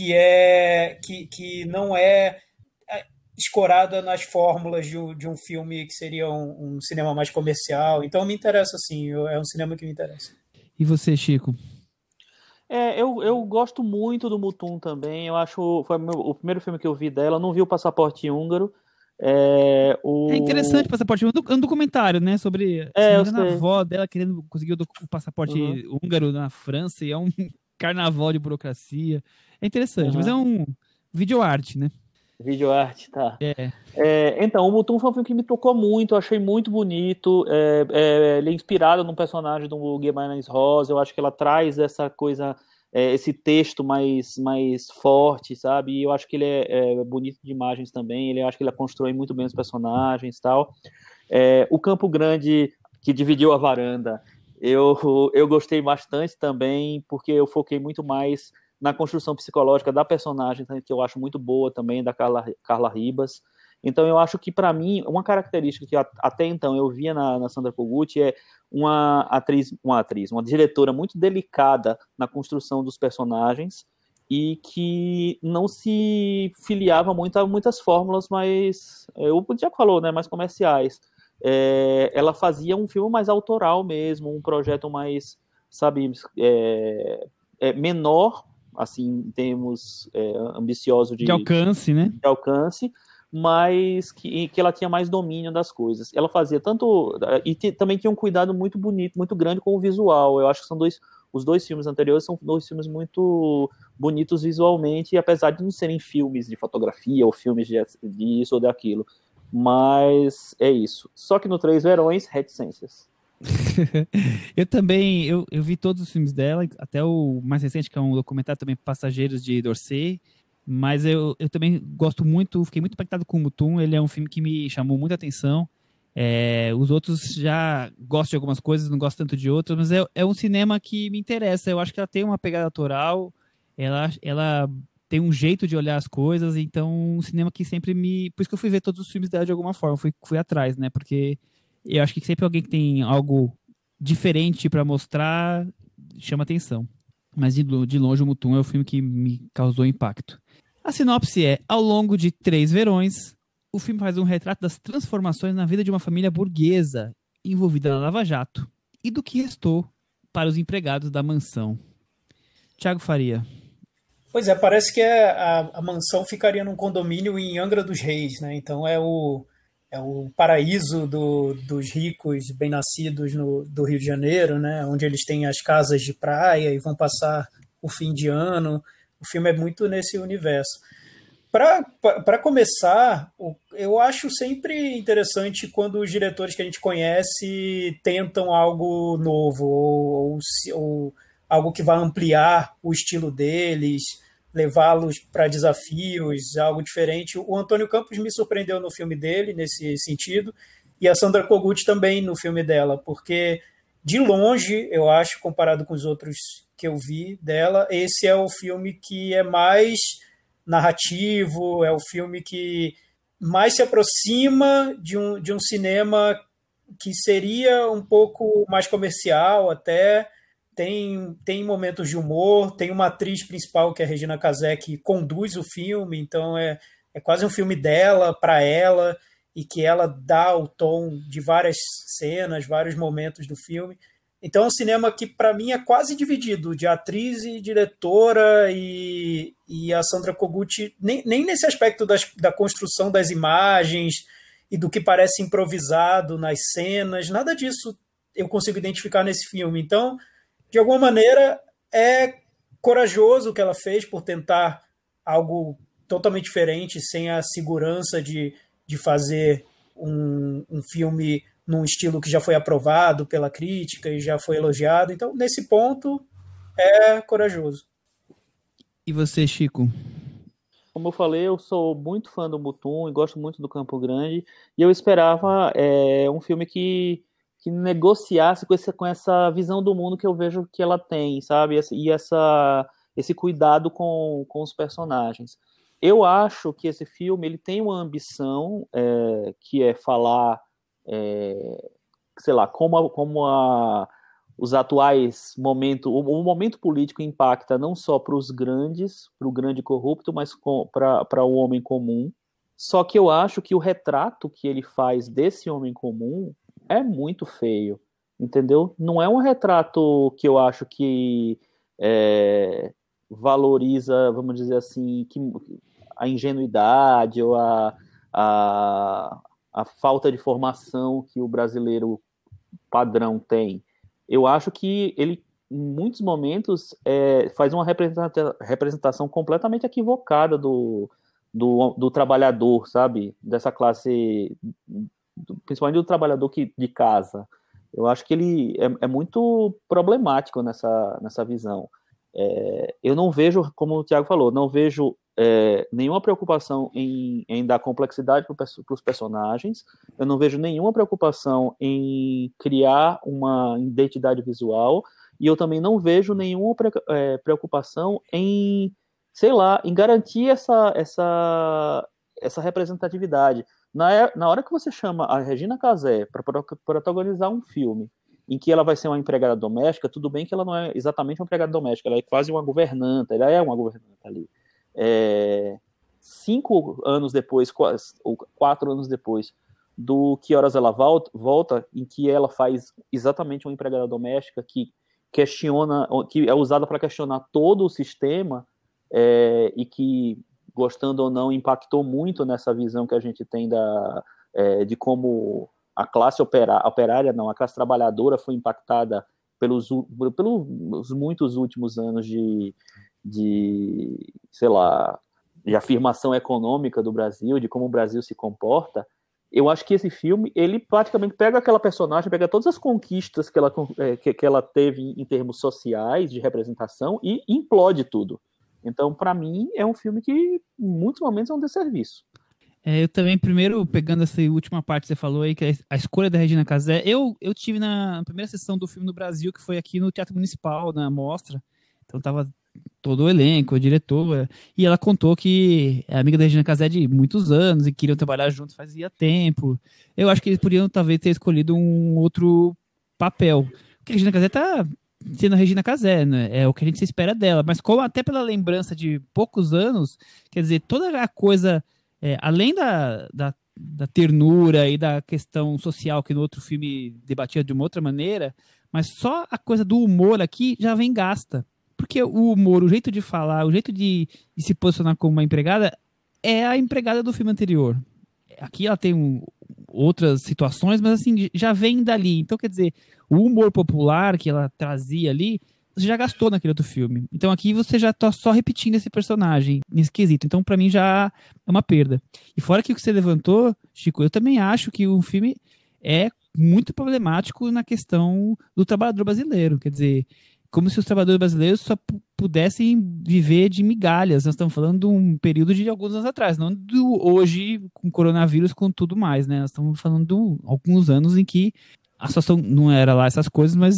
que não é escorada nas fórmulas de um filme que seria um cinema mais comercial. Então me interessa, sim, é um cinema que me interessa. E você, Chico? Eu gosto muito do Mutum também. Eu acho foi o primeiro filme que eu vi dela. Eu não vi o Passaporte Húngaro. É interessante o Passaporte Húngaro. É um documentário, né? Sobre a avó dela querendo conseguir o passaporte húngaro na França. E é um carnaval de burocracia. É interessante, mas é um videoarte, né? Videoarte, tá. Então, o Mutum foi um filme que me tocou muito, eu achei muito bonito. Ele é inspirado num personagem do Guimarães Rosa. Eu acho que ela traz essa coisa, esse texto mais forte, sabe? E eu acho que ele é bonito de imagens também. Eu acho que ele constrói muito bem os personagens e tal. O Campo Grande, que dividiu a varanda, eu gostei bastante também, porque eu foquei muito mais na construção psicológica da personagem, que eu acho muito boa também, da Carla Ribas. Então eu acho que, para mim, uma característica que até então eu via na Sandra Kogut é uma diretora muito delicada na construção dos personagens e que não se filiava muito a muitas fórmulas mais, o Tiago falou, né, mais comerciais. Ela fazia um filme mais autoral mesmo, um projeto mais, sabe, menor, assim, em termos ambiciosos de alcance, né? De alcance, mas que ela tinha mais domínio das coisas. Ela fazia tanto... E também tinha um cuidado muito bonito, muito grande com o visual. Eu acho que os dois filmes anteriores são dois filmes muito bonitos visualmente, apesar de não serem filmes de fotografia ou filmes disso ou daquilo. Mas é isso. Só que no Três Verões, reticências. Eu também, eu vi todos os filmes dela, até o mais recente, que é um documentário também, Passageiros de Dorset, mas eu também gosto muito, fiquei muito impactado com o Mutum. Ele é um filme que me chamou muita atenção. Os outros já gosto de algumas coisas, não gosto tanto de outras, mas é um cinema que me interessa. Eu acho que ela tem uma pegada autoral, ela tem um jeito de olhar as coisas, então um cinema que sempre por isso que eu fui ver todos os filmes dela de alguma forma, fui atrás, né, porque eu acho que sempre alguém que tem algo diferente para mostrar chama atenção. Mas de longe o Mutum é o filme que me causou impacto. A sinopse é: ao longo de 3 verões, o filme faz um retrato das transformações na vida de uma família burguesa envolvida na Lava Jato e do que restou para os empregados da mansão. Thiago Faria. Pois é, parece que a mansão ficaria num condomínio em Angra dos Reis, né? Então é o paraíso dos ricos bem-nascidos do Rio de Janeiro, né? Onde eles têm as casas de praia e vão passar o fim de ano. O filme é muito nesse universo. Para começar, eu acho sempre interessante quando os diretores que a gente conhece tentam algo novo ou algo que vai ampliar o estilo deles, levá-los para desafios, algo diferente. O Antônio Campos me surpreendeu no filme dele, nesse sentido, e a Sandra Kogut também no filme dela, porque, de longe, eu acho, comparado com os outros que eu vi dela, esse é o filme que é mais narrativo, é o filme que mais se aproxima de um cinema que seria um pouco mais comercial até. Tem momentos de humor, tem uma atriz principal, que é a Regina Casé, que conduz o filme, então é quase um filme dela, para ela, e que ela dá o tom de várias cenas, vários momentos do filme. Então é um cinema que, para mim, é quase dividido de atriz e diretora, e a Sandra Kogut, nem nesse aspecto da construção das imagens e do que parece improvisado nas cenas, nada disso eu consigo identificar nesse filme. Então, de alguma maneira, é corajoso o que ela fez por tentar algo totalmente diferente, sem a segurança de fazer um filme num estilo que já foi aprovado pela crítica e já foi elogiado. Então, nesse ponto, é corajoso. E você, Chico? Como eu falei, eu sou muito fã do Mutum e gosto muito do Campo Grande, e eu esperava um filme que negociasse com essa visão do mundo que eu vejo que ela tem, sabe? Esse cuidado com os personagens. Eu acho que esse filme ele tem uma ambição que é falar, sei lá, os atuais momentos, o momento político impacta não só para os grandes, para o grande corrupto, mas para o homem comum. Só que eu acho que o retrato que ele faz desse homem comum é muito feio, entendeu? Não é um retrato que eu acho que valoriza, vamos dizer assim, a ingenuidade ou a falta de formação que o brasileiro padrão tem. Eu acho que ele, em muitos momentos, faz uma representação completamente equivocada do trabalhador, sabe? Dessa classe, principalmente do trabalhador de casa. Eu acho que ele é muito problemático nessa visão. Eu não vejo, como o Thiago falou, não vejo nenhuma preocupação em dar complexidade para os personagens, eu não vejo nenhuma preocupação em criar uma identidade visual, e eu também não vejo nenhuma preocupação em, sei lá, em garantir essa representatividade. Na hora que você chama a Regina Casé para protagonizar um filme em que ela vai ser uma empregada doméstica, tudo bem que ela não é exatamente uma empregada doméstica, ela é quase uma governanta, ela é uma governanta ali. 5 anos depois, ou 4 anos depois do Que Horas Ela Volta, em que ela faz exatamente uma empregada doméstica que questiona, que é usada para questionar todo o sistema, e que, gostando ou não, impactou muito nessa visão que a gente tem de como a classe operária, não, a classe trabalhadora foi impactada pelos muitos últimos anos sei lá, de afirmação econômica do Brasil, de como o Brasil se comporta. Eu acho que esse filme, ele praticamente pega aquela personagem, pega todas as conquistas que ela teve em termos sociais, de representação, e implode tudo. Então, para mim, é um filme que, em muitos momentos, é um desserviço. Eu também, primeiro, pegando essa última parte que você falou aí, que é a escolha da Regina Casé, eu tive na primeira sessão do filme no Brasil, que foi aqui no Teatro Municipal, na mostra, então tava todo o elenco, a diretora, e ela contou que é amiga da Regina Casé de muitos anos e queriam trabalhar juntos fazia tempo. Eu acho que eles poderiam talvez ter escolhido um outro papel, porque a Regina Casé tá sendo a Regina Casé, né? É o que a gente se espera dela, mas como até pela lembrança de poucos anos, quer dizer, toda a coisa, além da ternura e da questão social que no outro filme debatia de uma outra maneira, mas só a coisa do humor aqui já vem gasta. Porque o humor, o jeito de falar, o jeito de se posicionar como uma empregada é a empregada do filme anterior. Aqui ela tem outras situações, mas assim, já vem dali. Então, quer dizer, o humor popular que ela trazia ali, você já gastou naquele outro filme. Então aqui você já tá só repetindo esse personagem, nesse quesito. Então, pra mim, já é uma perda. E fora que o que você levantou, Chico, eu também acho que o filme é muito problemático na questão do trabalhador brasileiro. Quer dizer, como se os trabalhadores brasileiros só pudessem viver de migalhas. Nós estamos falando de um período de alguns anos atrás, não do hoje, com coronavírus, com tudo mais, né? Nós estamos falando de alguns anos em que a situação não era lá essas coisas, mas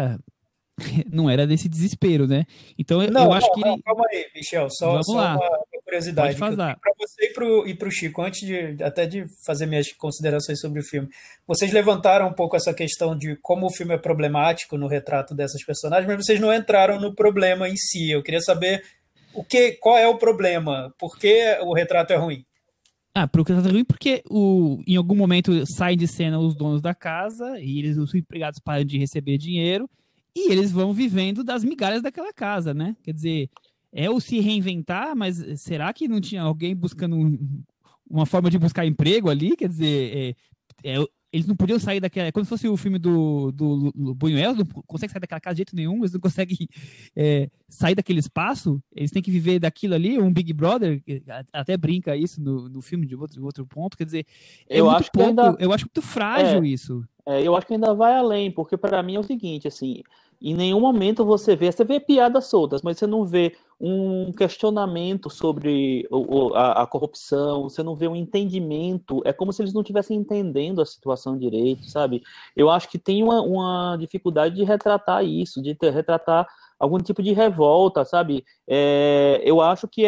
não era desse desespero, né? Então eu acho que... Calma aí, Michel, só uma curiosidade para você e para o Chico, antes até de fazer minhas considerações sobre o filme. Vocês levantaram um pouco essa questão de como o filme é problemático no retrato dessas personagens, mas vocês não entraram no problema em si. Eu queria saber qual é o problema, por que o retrato é ruim? Porque tá ruim porque em algum momento saem de cena os donos da casa e os empregados param de receber dinheiro e eles vão vivendo das migalhas daquela casa, né? Quer dizer, é o se reinventar, mas será que não tinha alguém buscando uma forma de buscar emprego ali, quer dizer, eles não podiam sair daquela... É como se fosse o filme do Buñuel, não consegue sair daquela casa de jeito nenhum, eles não conseguem sair daquele espaço, eles têm que viver daquilo ali, um Big Brother, até brinca isso no filme de outro ponto, quer dizer, eu acho muito frágil isso. Eu acho que ainda vai além, porque para mim é o seguinte, assim, em nenhum momento você vê piadas soltas, mas você não vê um questionamento sobre a corrupção, você não vê um entendimento, é como se eles não estivessem entendendo a situação direito, sabe? Eu acho que tem uma dificuldade de retratar isso, retratar algum tipo de revolta, sabe? Eu acho que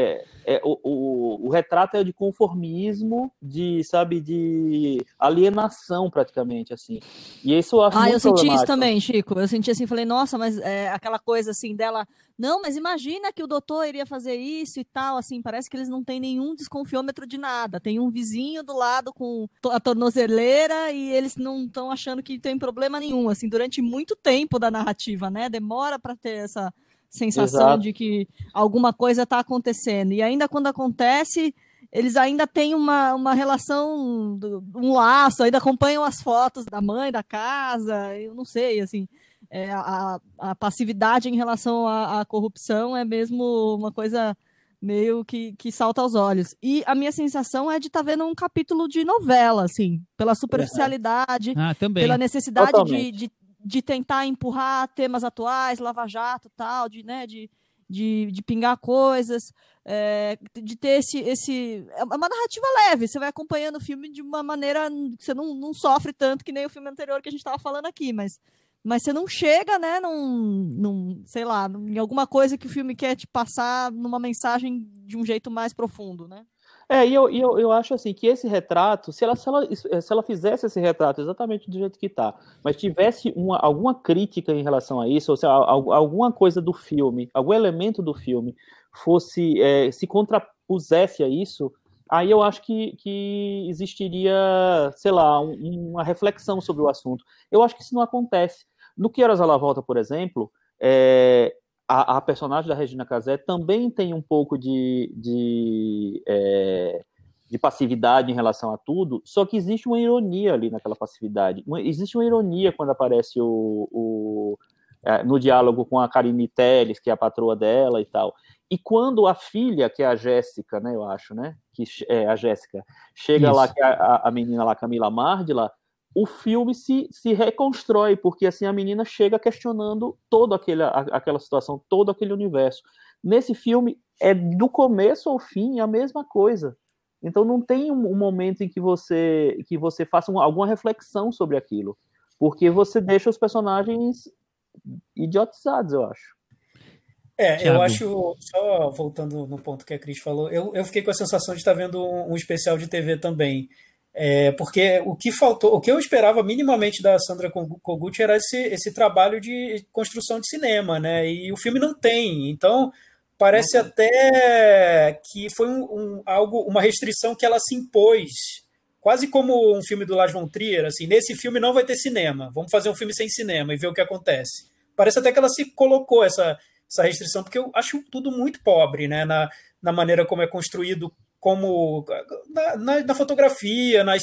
o retrato é de conformismo, de alienação, praticamente, assim. E isso eu acho muito eu senti isso problemático. também, Chico. Eu senti assim, falei, nossa, mas aquela coisa assim dela... Não, mas imagina que o doutor iria fazer isso e tal, assim, parece que eles não têm nenhum desconfiômetro de nada. Tem um vizinho do lado com a tornozeleira e eles não estão achando que tem problema nenhum, assim, durante muito tempo da narrativa, né? Demora para ter essa sensação de que alguma coisa está acontecendo. E ainda quando acontece, eles ainda têm uma relação, um laço, ainda acompanham as fotos da mãe, da casa, eu não sei, assim... a passividade em relação à corrupção é mesmo uma coisa meio que salta aos olhos. E a minha sensação é de estar vendo um capítulo de novela, assim, pela superficialidade, pela necessidade de tentar empurrar temas atuais, Lava Jato e tal, de pingar coisas, de ter é uma narrativa leve, você vai acompanhando o filme de uma maneira que você não sofre tanto que nem o filme anterior que a gente estava falando aqui, mas você não chega, né, sei lá, em alguma coisa que o filme quer te passar numa mensagem de um jeito mais profundo, né? E eu acho assim que esse retrato, se ela fizesse esse retrato exatamente do jeito que está, mas tivesse alguma crítica em relação a isso, ou seja, alguma coisa do filme, algum elemento do filme fosse se contrapusesse a isso, aí eu acho que existiria, sei lá, uma reflexão sobre o assunto. Eu acho que isso não acontece. No Que Horas Ela Volta, por exemplo, a personagem da Regina Casé também tem um pouco de passividade em relação a tudo, só que existe uma ironia ali naquela passividade. Existe uma ironia quando aparece no diálogo com a Karine Telles, que é a patroa dela e tal. E quando a filha, que é a Jéssica, né, eu acho, né, que é a Jéssica, chega Isso. lá, que a menina lá, Camila Márdila, o filme se reconstrói, porque assim a menina chega questionando toda aquela situação, todo aquele universo. Nesse filme, do começo ao fim a mesma coisa. Então não tem um momento em que você faça alguma reflexão sobre aquilo, porque você deixa os personagens idiotizados, eu acho. Eu acho, só voltando no ponto que a Cris falou, eu fiquei com a sensação de estar vendo um especial de TV também. Porque o que faltou, o que eu esperava minimamente da Sandra Kogut era esse trabalho de construção de cinema, né? E o filme não tem, então parece até que foi uma restrição que ela se impôs, quase como um filme do Lars von Trier, assim, nesse filme não vai ter cinema, vamos fazer um filme sem cinema e ver o que acontece. Parece até que ela se colocou essa restrição, porque eu acho tudo muito pobre, né? Na maneira como é construído, como na fotografia, nas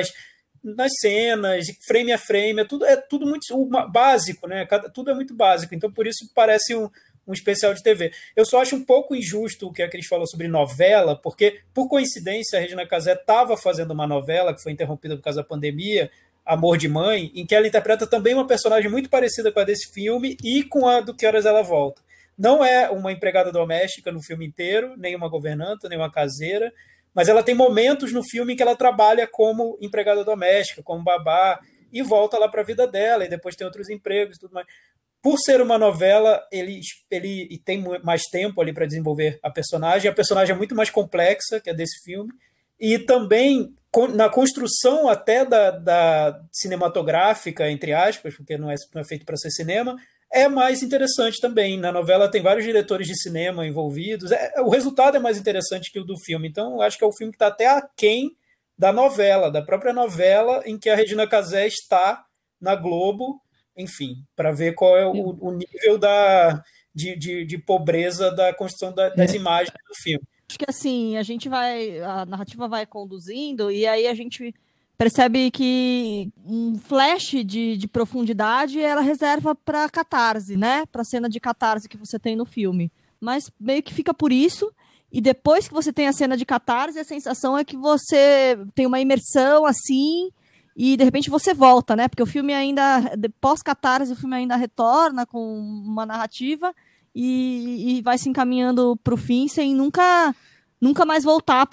cenas, frame a frame, é tudo muito básico, né? Tudo é muito básico, então por isso parece um especial de TV. Eu só acho um pouco injusto o que a Cris falou sobre novela, porque, por coincidência, a Regina Casé estava fazendo uma novela que foi interrompida por causa da pandemia, Amor de Mãe, em que ela interpreta também uma personagem muito parecida com a desse filme e com a do Que Horas Ela Volta. Não é uma empregada doméstica no filme inteiro, nem uma governanta, nem uma caseira, mas ela tem momentos no filme em que ela trabalha como empregada doméstica, como babá, e volta lá para a vida dela, e depois tem outros empregos e tudo mais. Por ser uma novela, ele tem mais tempo ali para desenvolver a personagem é muito mais complexa que a desse filme, e também na construção até da cinematográfica, entre aspas, porque não é feito para ser cinema, é mais interessante também. Na novela tem vários diretores de cinema envolvidos. O resultado é mais interessante que o do filme. Então, eu acho que é o filme que está até aquém da novela, da própria novela em que a Regina Casé está na Globo, enfim, para ver qual é o nível de pobreza da construção das imagens do filme. Acho que assim, a narrativa vai conduzindo e aí a gente percebe que um flash de profundidade ela reserva para catarse, né? Para cena de catarse que você tem no filme. Mas meio que fica por isso. E depois que você tem a cena de catarse, a sensação é que você tem uma imersão assim, e de repente você volta, né? Porque o filme ainda, pós-catarse, o filme ainda retorna com uma narrativa e vai se encaminhando para o fim sem nunca mais voltar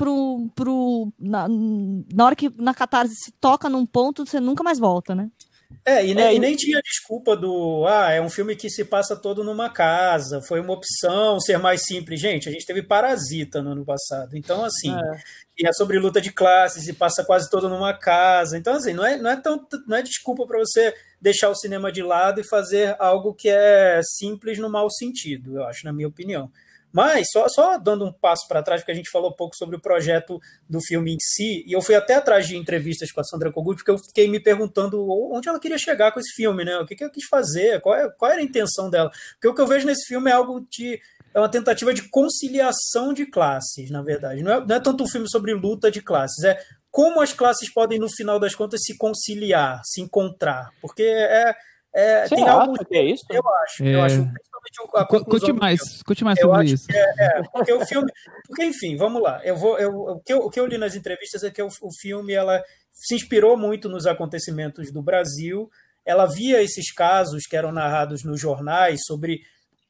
na hora que na catarse se toca num ponto, você nunca mais volta, né? E nem tinha desculpa é um filme que se passa todo numa casa, foi uma opção ser mais simples. Gente, a gente teve Parasita no ano passado, então assim, e é sobre luta de classes e passa quase todo numa casa, então assim, não é desculpa para você deixar o cinema de lado e fazer algo que é simples no mau sentido, eu acho, na minha opinião. Mas, só dando um passo para trás, porque a gente falou pouco sobre o projeto do filme em si, e eu fui até atrás de entrevistas com a Sandra Kogut, porque eu fiquei me perguntando onde ela queria chegar com esse filme, né? O que ela quis fazer, qual era a intenção dela. Porque o que eu vejo nesse filme é uma tentativa de conciliação de classes, na verdade. Não é tanto um filme sobre luta de classes, é como as classes podem, no final das contas, se conciliar, se encontrar. Porque tem algo que é isso? Eu acho a conclusão conte mais sobre isso. Porque o filme... Porque, enfim, vamos lá. O que eu li nas entrevistas é que o filme ela se inspirou muito nos acontecimentos do Brasil. Ela via esses casos que eram narrados nos jornais sobre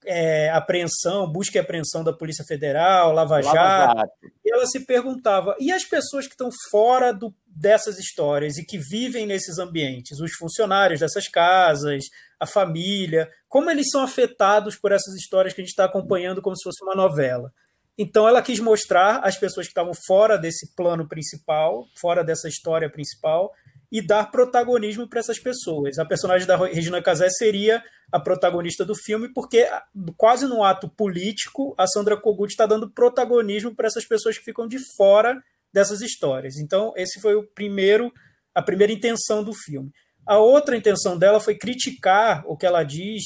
busca e apreensão da Polícia Federal, Lava Jato. E ela se perguntava, e as pessoas que estão fora dessas histórias e que vivem nesses ambientes, os funcionários dessas casas, a família, como eles são afetados por essas histórias que a gente está acompanhando como se fosse uma novela. Então ela quis mostrar as pessoas que estavam fora desse plano principal, fora dessa história principal, e dar protagonismo para essas pessoas. A personagem da Regina Casé seria a protagonista do filme, porque quase no ato político, a Sandra Kogut está dando protagonismo para essas pessoas que ficam de fora dessas histórias. Então, esse foi a primeira intenção do filme. A outra intenção dela foi criticar o que ela diz,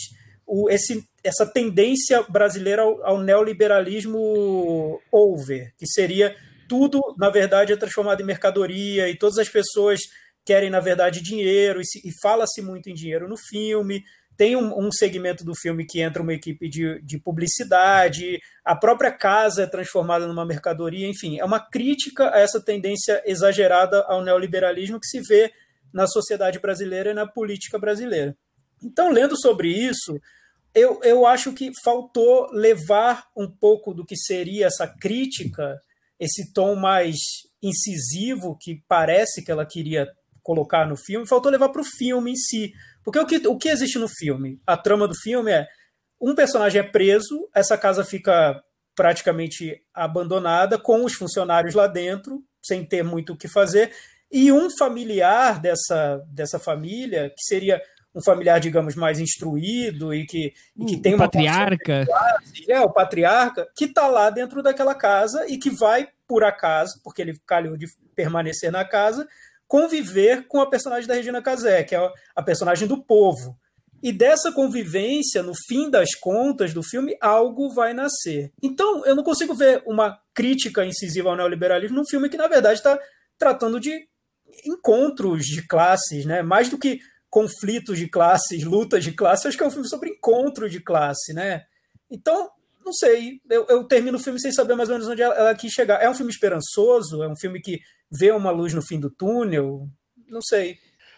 essa tendência brasileira ao neoliberalismo over, que seria tudo, na verdade, é transformado em mercadoria e todas as pessoas querem, na verdade, dinheiro e fala-se muito em dinheiro no filme. Tem um segmento do filme que entra uma equipe de publicidade, a própria casa é transformada numa mercadoria, enfim, é uma crítica a essa tendência exagerada ao neoliberalismo que se vê na sociedade brasileira e na política brasileira. Então, lendo sobre isso, eu acho que faltou levar um pouco do que seria essa crítica, esse tom mais incisivo que parece que ela queria colocar no filme, faltou levar para o filme em si. Porque o que existe no filme? A trama do filme é um personagem é preso, essa casa fica praticamente abandonada, com os funcionários lá dentro, sem ter muito o que fazer, e um familiar dessa família, que seria um familiar, digamos, mais instruído e que tem uma... patriarca. O patriarca, que está lá dentro daquela casa e que vai, por acaso, porque ele calhou de permanecer na casa, conviver com a personagem da Regina Casé, que é a personagem do povo. E dessa convivência, no fim das contas do filme, algo vai nascer. Então, eu não consigo ver uma crítica incisiva ao neoliberalismo num filme que, na verdade, está tratando de encontros de classes, né? Mais do que conflitos de classes, lutas de classes, acho que é um filme sobre encontro de classe, né? Então, não sei, eu termino o filme sem saber mais ou menos onde ela quis chegar. É um filme esperançoso? É um filme que vê uma luz no fim do túnel? Não sei.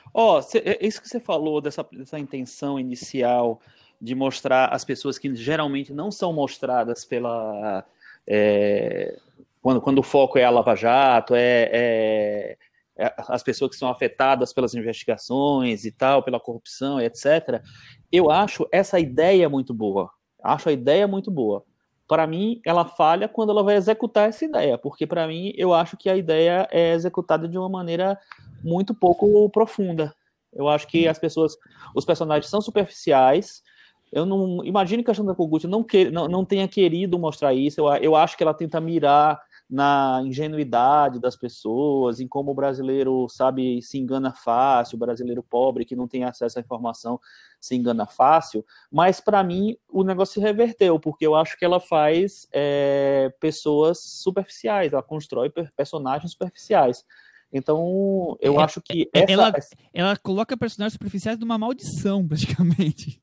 Isso que você falou dessa intenção inicial de mostrar as pessoas que geralmente não são mostradas quando o foco é a Lava Jato, as pessoas que são afetadas pelas investigações e tal, pela corrupção, etc. Eu acho essa ideia muito boa. Acho a ideia muito boa. Para mim, ela falha quando ela vai executar essa ideia, porque para mim, eu acho que a ideia é executada de uma maneira muito pouco profunda. Eu acho que os personagens são superficiais. Eu não imagino que a Sandra Kogut não tenha querido mostrar isso. Eu acho que ela tenta mirar na ingenuidade das pessoas, em como o brasileiro, sabe, se engana fácil, o brasileiro pobre que não tem acesso à informação se engana fácil, mas para mim o negócio se reverteu, porque eu acho que ela faz pessoas superficiais, ela constrói personagens superficiais. Então, eu acho que ela coloca personagens superficiais numa maldição, praticamente.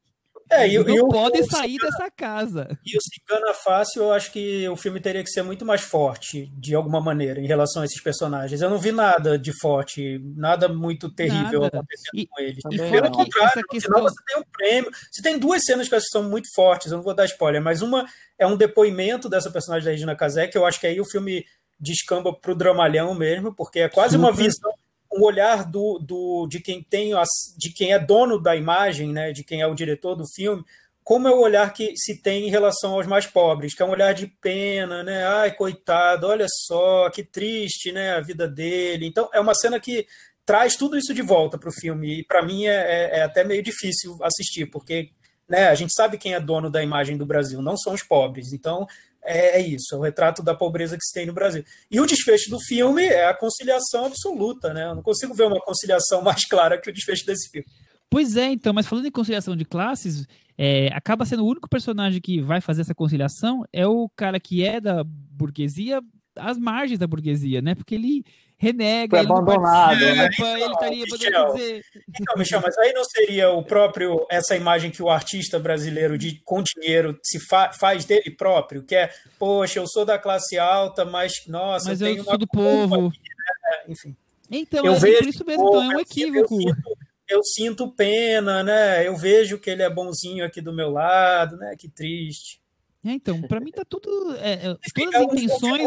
E não pode sair dessa casa. E o Se Engana Fácil, eu acho que o filme teria que ser muito mais forte, de alguma maneira, em relação a esses personagens. Eu não vi nada de forte, nada muito terrível acontecendo com eles. E pelo contrário, essa questão... no final você tem um prêmio. Você tem duas cenas que são muito fortes, eu não vou dar spoiler, mas uma é um depoimento dessa personagem da Regina Casé, que eu acho que aí o filme descamba pro dramalhão mesmo, porque é quase uma visão, um olhar de quem é dono da imagem, né, de quem é o diretor do filme, como é o olhar que se tem em relação aos mais pobres, que é um olhar de pena, né? Ai, coitado, olha só, que triste, né, a vida dele. Então, é uma cena que traz tudo isso de volta para o filme, e para mim é até meio difícil assistir, porque, né, a gente sabe quem é dono da imagem do Brasil, não são os pobres. Então, é isso, é o retrato da pobreza que se tem no Brasil. E o desfecho do filme é a conciliação absoluta, né? Eu não consigo ver uma conciliação mais clara que o desfecho desse filme. Pois é, então, mas falando em conciliação de classes, acaba sendo o único personagem que vai fazer essa conciliação é o cara que é da burguesia, às margens da burguesia, né? Porque ele renega, ele abandonado, não né? ele estaria abandonado. Então, Michel, mas aí não seria essa imagem que o artista brasileiro com dinheiro faz dele próprio, que é, poxa, eu sou da classe alta, mas, nossa, mas eu tenho sou do povo. Aqui, né? Enfim. Então, eu vejo por isso mesmo, então, é um equívoco. Eu sinto pena, né? Eu vejo que ele é bonzinho aqui do meu lado, né? Que triste. Então, para mim tá tudo... todas as intenções...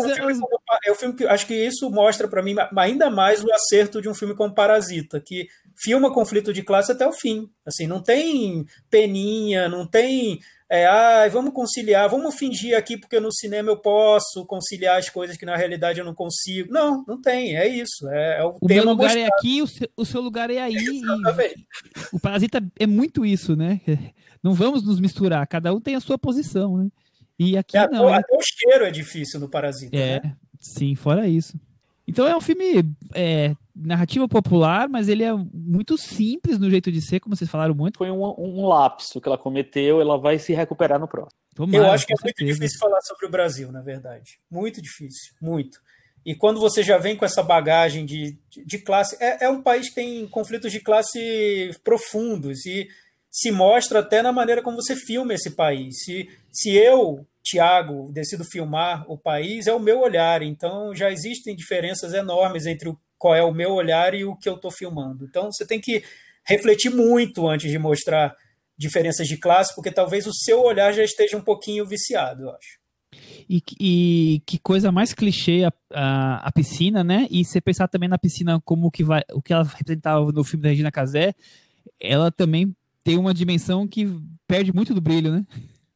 É o filme que acho que isso mostra para mim ainda mais o acerto de um filme como Parasita, que filma conflito de classe até o fim. Assim, não tem peninha, não tem... vamos conciliar, vamos fingir aqui porque no cinema eu posso conciliar as coisas que na realidade eu não consigo. Não tem, é isso. O tema meu lugar mostrado. É aqui, o seu lugar é aí. Exatamente. O Parasita é muito isso, né? Não vamos nos misturar, cada um tem a sua posição, né? E aqui não. Até o cheiro é difícil no Parasita, né? Sim, fora isso. Então é um filme narrativa popular, mas ele é muito simples no jeito de ser, como vocês falaram muito. Foi um lapso que ela cometeu, ela vai se recuperar no próximo. Tomara, eu acho que é muito difícil falar sobre o Brasil, na verdade. Muito difícil, muito. E quando você já vem com essa bagagem de classe... É um país que tem conflitos de classe profundos e se mostra até na maneira como você filma esse país. Se eu, Thiago, decido filmar o país, é o meu olhar. Então, já existem diferenças enormes entre qual é o meu olhar e o que eu estou filmando. Então, você tem que refletir muito antes de mostrar diferenças de classe, porque talvez o seu olhar já esteja um pouquinho viciado, eu acho. E que coisa mais clichê a piscina, né? E você pensar também na piscina como o que ela representava no filme da Regina Casé, ela também tem uma dimensão que perde muito do brilho, né?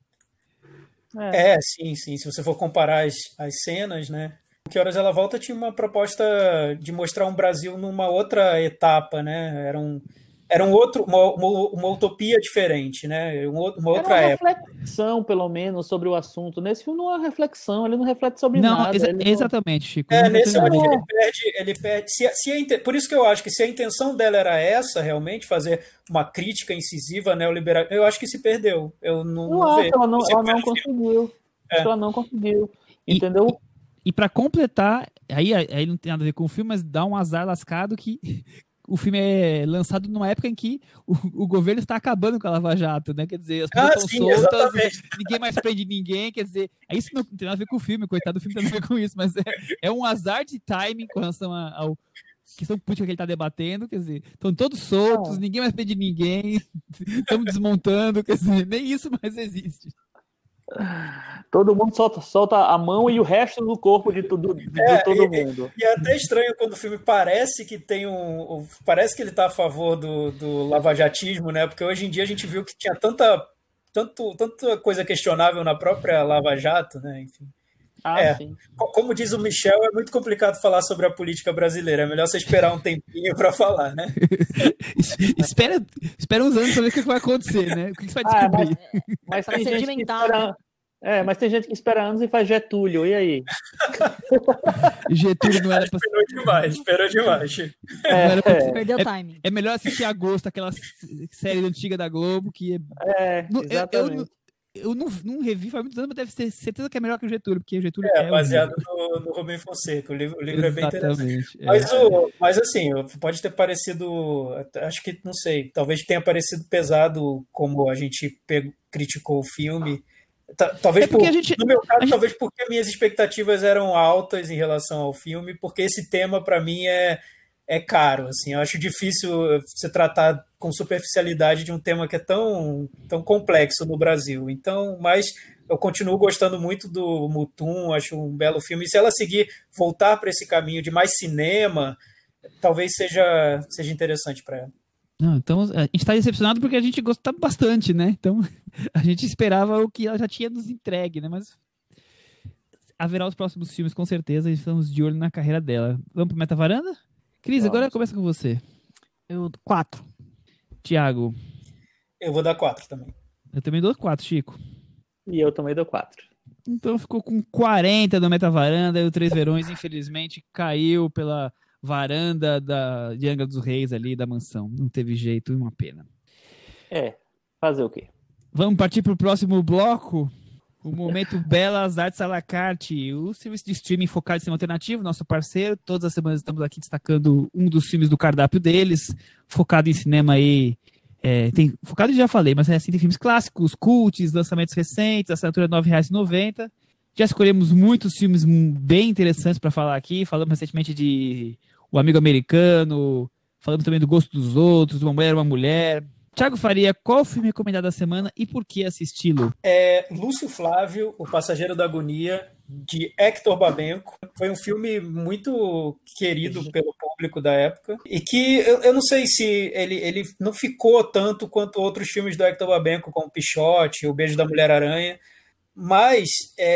Sim. Se você for comparar as cenas, né? Que Horas Ela Volta tinha uma proposta de mostrar um Brasil numa outra etapa, né? Era uma utopia diferente, né? Uma outra época. Era uma reflexão, pelo menos, sobre o assunto. Nesse filme não é uma reflexão, ele não reflete sobre nada. Exatamente, Chico. Nesse momento ele perde. Por isso que eu acho que se a intenção dela era essa, realmente, fazer uma crítica incisiva neoliberal, eu acho que se perdeu. Eu não vejo. Ela não conseguiu. Ela não conseguiu. Entendeu? E para completar, aí não tem nada a ver com o filme, mas dá um azar lascado que o filme é lançado numa época em que o governo está acabando com a Lava Jato, né? Quer dizer, as pessoas estão soltas, exatamente. Ninguém mais prende ninguém, quer dizer, isso não tem nada a ver com o filme, coitado do filme tem nada a ver com isso, mas é um azar de timing com relação ao questão política que ele está debatendo, quer dizer, estão todos soltos, ninguém mais prende ninguém, estamos desmontando, quer dizer, nem isso mais existe. Todo mundo solta a mão e o resto do corpo de todo mundo. E é até estranho quando o filme parece que parece que ele está a favor do lavajatismo, né? Porque hoje em dia a gente viu que tinha tanta coisa questionável na própria Lava Jato, né? Enfim. Sim. Como diz o Michel, é muito complicado falar sobre a política brasileira. É melhor você esperar um tempinho para falar, né? espera uns anos para ver o que vai acontecer, né? O que você vai descobrir. Mas tem gente que espera Mas tem gente que espera anos e faz Getúlio, e aí? Getúlio não era pra... Esperou demais. não era pra- Perdeu o timing. É melhor assistir Agosto, aquela série antiga da Globo, que Exatamente. eu não revi faz muitos anos, mas deve ser certeza que é melhor que o Getúlio, porque o Getúlio é Baseado horrível. no Rubem Fonseca. O livro é bem interessante. Exatamente. Mas assim, pode ter parecido, acho que, não sei, talvez tenha parecido pesado como a gente criticou o filme. Talvez porque no meu caso, talvez porque minhas expectativas eram altas em relação ao filme, porque esse tema para mim é caro, assim, eu acho difícil você tratar com superficialidade de um tema que é tão complexo no Brasil. Então, mas eu continuo gostando muito do Mutum, acho um belo filme. E se ela voltar para esse caminho de mais cinema, talvez seja interessante para ela. Não, então a gente tá decepcionado porque a gente gostava bastante, né? Então a gente esperava o que ela já tinha nos entregue, né? Mas haverá os próximos filmes, com certeza, e estamos de olho na carreira dela. Vamos pro Meta Varanda? Cris, agora começa com você. 4. Tiago. Eu vou dar 4 também. Eu também dou 4, Chico. E eu também dou 4. Então ficou com 40 no Meta Varanda e o Três Verões, infelizmente, caiu pela varanda de Angra dos Reis ali, da mansão. Não teve jeito, uma pena. Fazer o quê? Vamos partir pro próximo bloco? O Momento Belas Artes à la carte, o serviço de streaming focado em cinema alternativo, nosso parceiro. Todas as semanas estamos aqui destacando um dos filmes do cardápio deles, focado em cinema aí. Focado, já falei, mas assim, tem filmes clássicos, cults, lançamentos recentes, assinatura R$ 9,90. Já escolhemos muitos filmes bem interessantes para falar aqui. Falamos recentemente de O Amigo Americano, falamos também do Gosto dos Outros, Uma Mulher, Uma Mulher. Thiago Faria, qual o filme recomendado da semana e por que assisti-lo? Lúcio Flávio, O Passageiro da Agonia, de Hector Babenco. Foi um filme muito querido pelo público da época e que eu não sei se ele não ficou tanto quanto outros filmes do Hector Babenco, como Pichote, O Beijo da Mulher-Aranha, mas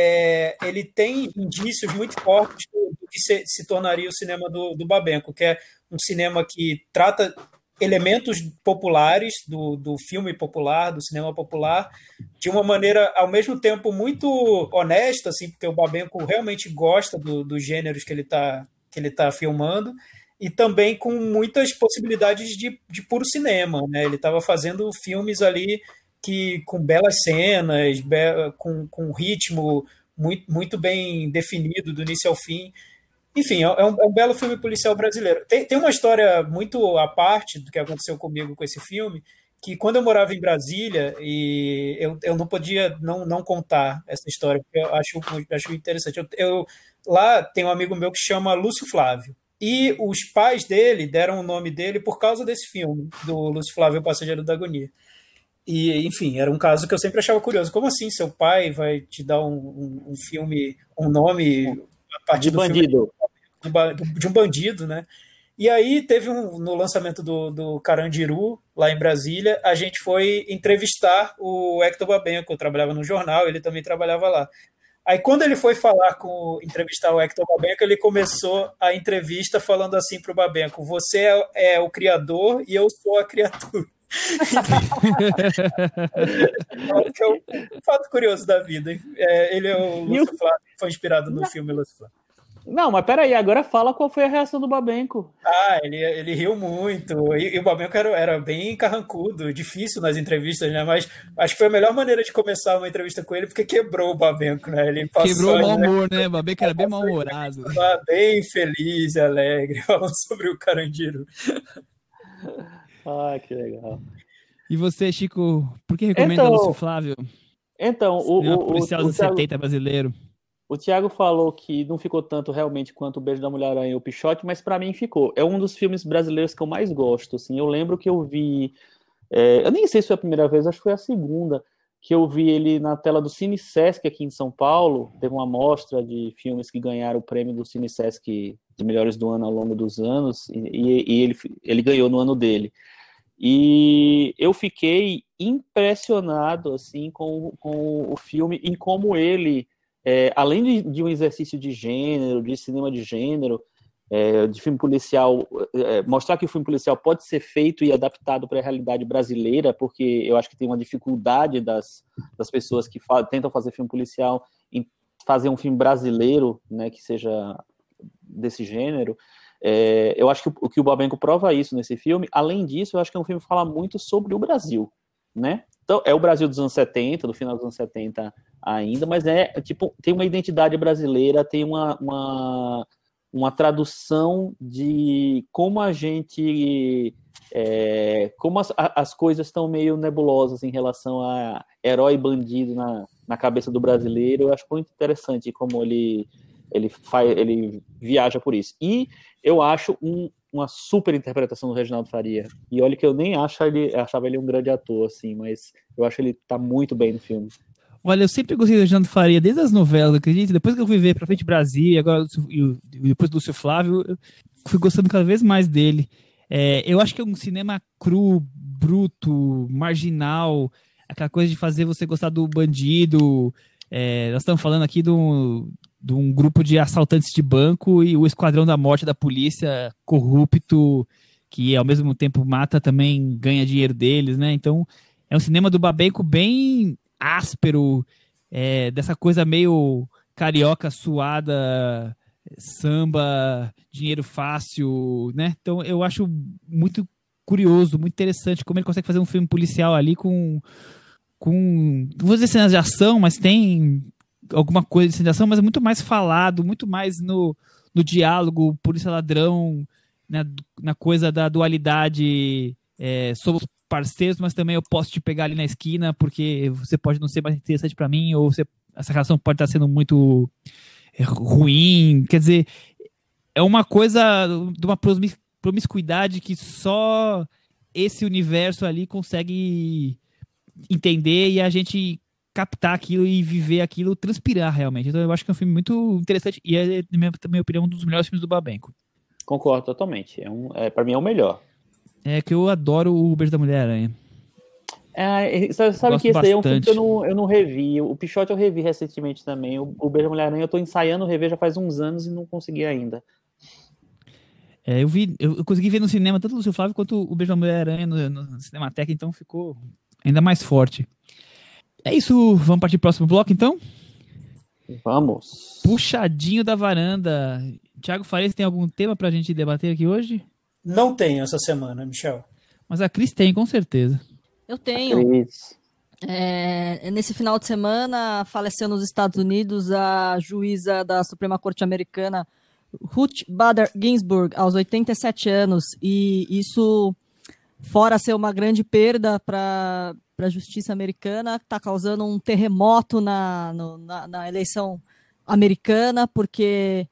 ele tem indícios muito fortes do que se tornaria o cinema do Babenco, que é um cinema que trata elementos populares do filme popular, do cinema popular, de uma maneira, ao mesmo tempo, muito honesta, assim, porque o Babenco realmente gosta dos gêneros que ele tá filmando, e também com muitas possibilidades de puro cinema, né? Ele estava fazendo filmes ali com belas cenas, com ritmo muito, muito bem definido do início ao fim. Enfim, é um belo filme policial brasileiro. Tem uma história muito à parte do que aconteceu comigo com esse filme, que quando eu morava em Brasília, e eu não podia não contar essa história, porque eu acho interessante. Lá tem um amigo meu que chama Lúcio Flávio, e os pais dele deram o nome dele por causa desse filme, do Lúcio Flávio, O Passageiro da Agonia. E, enfim, era um caso que eu sempre achava curioso. Como assim seu pai vai te dar um filme, um nome a partir do bandido? De um bandido, né? E aí teve no lançamento do Carandiru, lá em Brasília, a gente foi entrevistar o Hector Babenco. Eu trabalhava no jornal, ele também trabalhava lá. Aí quando ele foi entrevistar o Hector Babenco, ele começou a entrevista falando assim para o Babenco: você é o criador e eu sou a criatura. Que é um fato curioso da vida. Ele é o Lúcio Flávio, foi inspirado no filme Lúcio Flávio. Não, mas peraí, agora fala qual foi a reação do Babenco. Ele riu muito, e o Babenco era bem carrancudo, difícil nas entrevistas, né? Mas acho que foi a melhor maneira de começar uma entrevista com ele, porque quebrou o Babenco, né? Ele quebrou o mau humor, né? O Babenco era bem mal-humorado. Bem feliz e alegre, falando sobre o Carandiru. Que legal. E você, Chico, por que recomenda Lúcio Flávio? Então, o policial dos 70 brasileiro. O Thiago falou que não ficou tanto realmente quanto O Beijo da Mulher-Aranha e O Pichote, mas para mim ficou. É um dos filmes brasileiros que eu mais gosto. Assim. Eu lembro que eu vi... eu nem sei se foi a primeira vez, acho que foi a segunda, que eu vi ele na tela do Cine Sesc aqui em São Paulo. Teve uma mostra de filmes que ganharam o prêmio do Cine Sesc de melhores do ano ao longo dos anos, e ele ganhou no ano dele. E eu fiquei impressionado assim, com o filme, em como ele... além de um exercício de gênero, de cinema de gênero, de filme policial, mostrar que o filme policial pode ser feito e adaptado para a realidade brasileira, porque eu acho que tem uma dificuldade das pessoas que tentam fazer filme policial em fazer um filme brasileiro, né, que seja desse gênero. Eu acho que o Babenco prova isso nesse filme. Além disso, eu acho que é um filme que fala muito sobre o Brasil, né? Então, é o Brasil dos anos 70, do final dos anos 70 ainda, mas tem uma identidade brasileira, tem uma tradução de como a gente... como as coisas estão meio nebulosas em relação a herói e bandido na cabeça do brasileiro. Eu acho muito interessante como ele viaja por isso. E eu acho uma super interpretação do Reginaldo Faria. E olha que eu nem achava ele um grande ator, assim, mas eu acho que ele tá muito bem no filme. Olha, eu sempre gostei do Reginaldo Faria, desde as novelas, acredito. Depois que eu fui ver Pra Frente Brasil, e agora depois do Lúcio Flávio, eu fui gostando cada vez mais dele. Eu acho que é um cinema cru, bruto, marginal, aquela coisa de fazer você gostar do bandido. Nós estamos falando aqui de um grupo de assaltantes de banco e o esquadrão da morte da polícia corrupto, que ao mesmo tempo mata, também ganha dinheiro deles, né? Então, é um cinema do Babenco bem áspero, dessa coisa meio carioca suada, samba, dinheiro fácil, né? Então, eu acho muito curioso, muito interessante como ele consegue fazer um filme policial ali com não vou dizer cenas de ação, mas tem alguma coisa de cena de ação, mas é muito mais falado, muito mais no diálogo polícia-ladrão, né, na coisa da dualidade, somos parceiros, mas também eu posso te pegar ali na esquina porque você pode não ser mais interessante para mim, ou essa relação pode estar sendo muito ruim. Quer dizer, é uma coisa de uma promiscuidade que só esse universo ali consegue entender e a gente captar aquilo e viver aquilo, transpirar realmente. Então eu acho que é um filme muito interessante e na minha opinião, um dos melhores filmes do Babenco. Concordo totalmente. Pra mim é o melhor. Que eu adoro o Beijo da Mulher-Aranha. Sabe que esse daí é um filme que eu não revi. O Pichote eu revi recentemente também. O Beijo da Mulher-Aranha eu tô ensaiando rever já faz uns anos e não consegui ainda. Eu consegui ver no cinema tanto o Lúcio Flávio quanto o Beijo da Mulher-Aranha no Cinemateca, então ficou ainda mais forte. É isso, vamos partir pro próximo bloco, então? Vamos. Puxadinho da varanda. Thiago Farias, tem algum tema pra gente debater aqui hoje? Não tenho essa semana, Michel. Mas a Cris tem, com certeza. Eu tenho. Nesse final de semana, faleceu nos Estados Unidos a juíza da Suprema Corte Americana, Ruth Bader Ginsburg, aos 87 anos. E isso, fora ser uma grande perda para a justiça americana, está causando um terremoto na eleição americana, porque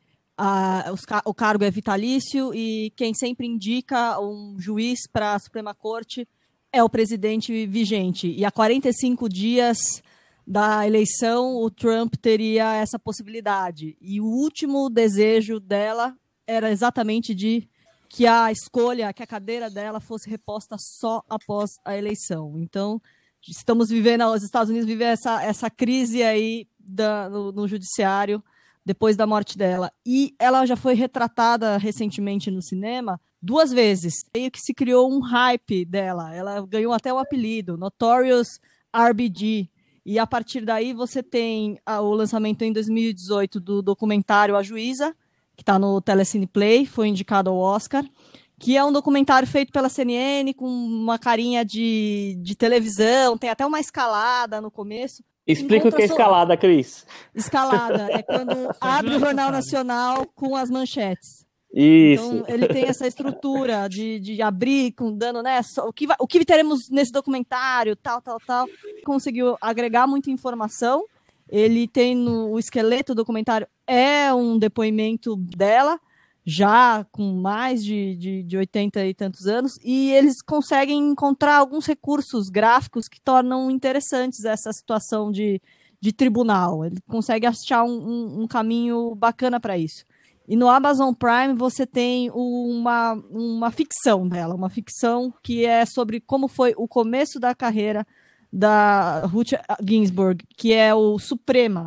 o cargo é vitalício e quem sempre indica um juiz para a Suprema Corte é o presidente vigente. E há 45 dias da eleição, o Trump teria essa possibilidade. E o último desejo dela era exatamente de que a escolha, que a cadeira dela fosse reposta só após a eleição. Então, estamos vivendo, os Estados Unidos vivem essa crise aí no judiciário depois da morte dela. E ela já foi retratada recentemente no cinema 2 vezes. Meio que se criou um hype dela. Ela ganhou até o apelido, Notorious RBG. E a partir daí você tem o lançamento em 2018 do documentário A Juíza, que está no Telecine Play, foi indicado ao Oscar, que é um documentário feito pela CNN com uma carinha de televisão, tem até uma escalada no começo. Explica o que é escalada, Cris. Escalada é quando abre o Jornal Nacional com as manchetes. Isso. Então, ele tem essa estrutura de abrir, dando, né, o que teremos nesse documentário, tal. Conseguiu agregar muita informação. Ele tem o esqueleto do documentário, é um depoimento dela, já com mais de 80 e tantos anos, e eles conseguem encontrar alguns recursos gráficos que tornam interessantes essa situação de tribunal. Ele consegue achar um caminho bacana para isso. E no Amazon Prime você tem uma ficção dela, uma ficção que é sobre como foi o começo da carreira da Ruth Ginsburg, que é o Suprema.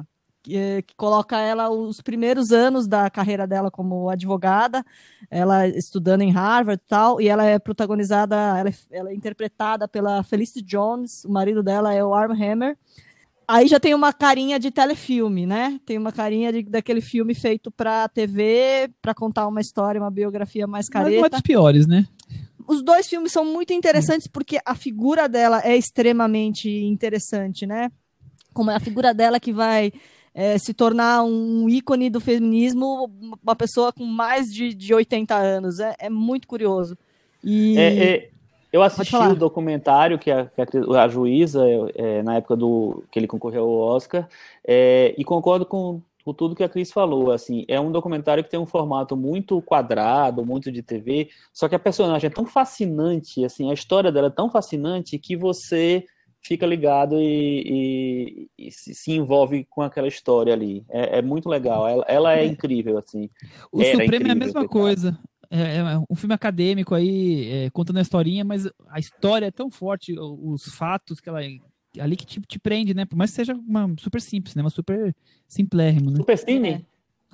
que coloca ela os primeiros anos da carreira dela como advogada, ela estudando em Harvard e tal, e ela é protagonizada, ela é interpretada pela Felicity Jones, o marido dela é o Arm Hammer. Aí já tem uma carinha de telefilme, né? Tem uma carinha daquele filme feito pra TV, pra contar uma história, uma biografia mais careta. Mas não é dos piores, né? Os dois filmes são muito interessantes porque a figura dela é extremamente interessante, né? Como é a figura dela que vai se tornar um ícone do feminismo, uma pessoa com mais de 80 anos. É muito curioso. E... Eu assisti o documentário que a juíza, na época que ele concorreu ao Oscar, e concordo com tudo que a Cris falou. Assim, é um documentário que tem um formato muito quadrado, muito de TV, só que a personagem é tão fascinante, assim, a história dela é tão fascinante que você fica ligado e se envolve com aquela história ali. É muito legal. Ela é incrível, assim. O Supremo é a mesma coisa. É um filme acadêmico aí, contando a historinha, mas a história é tão forte, os fatos que ela ali que te prende, né? Por mais que seja uma super simples, né? Uma super simplérrimo, né? Super cine?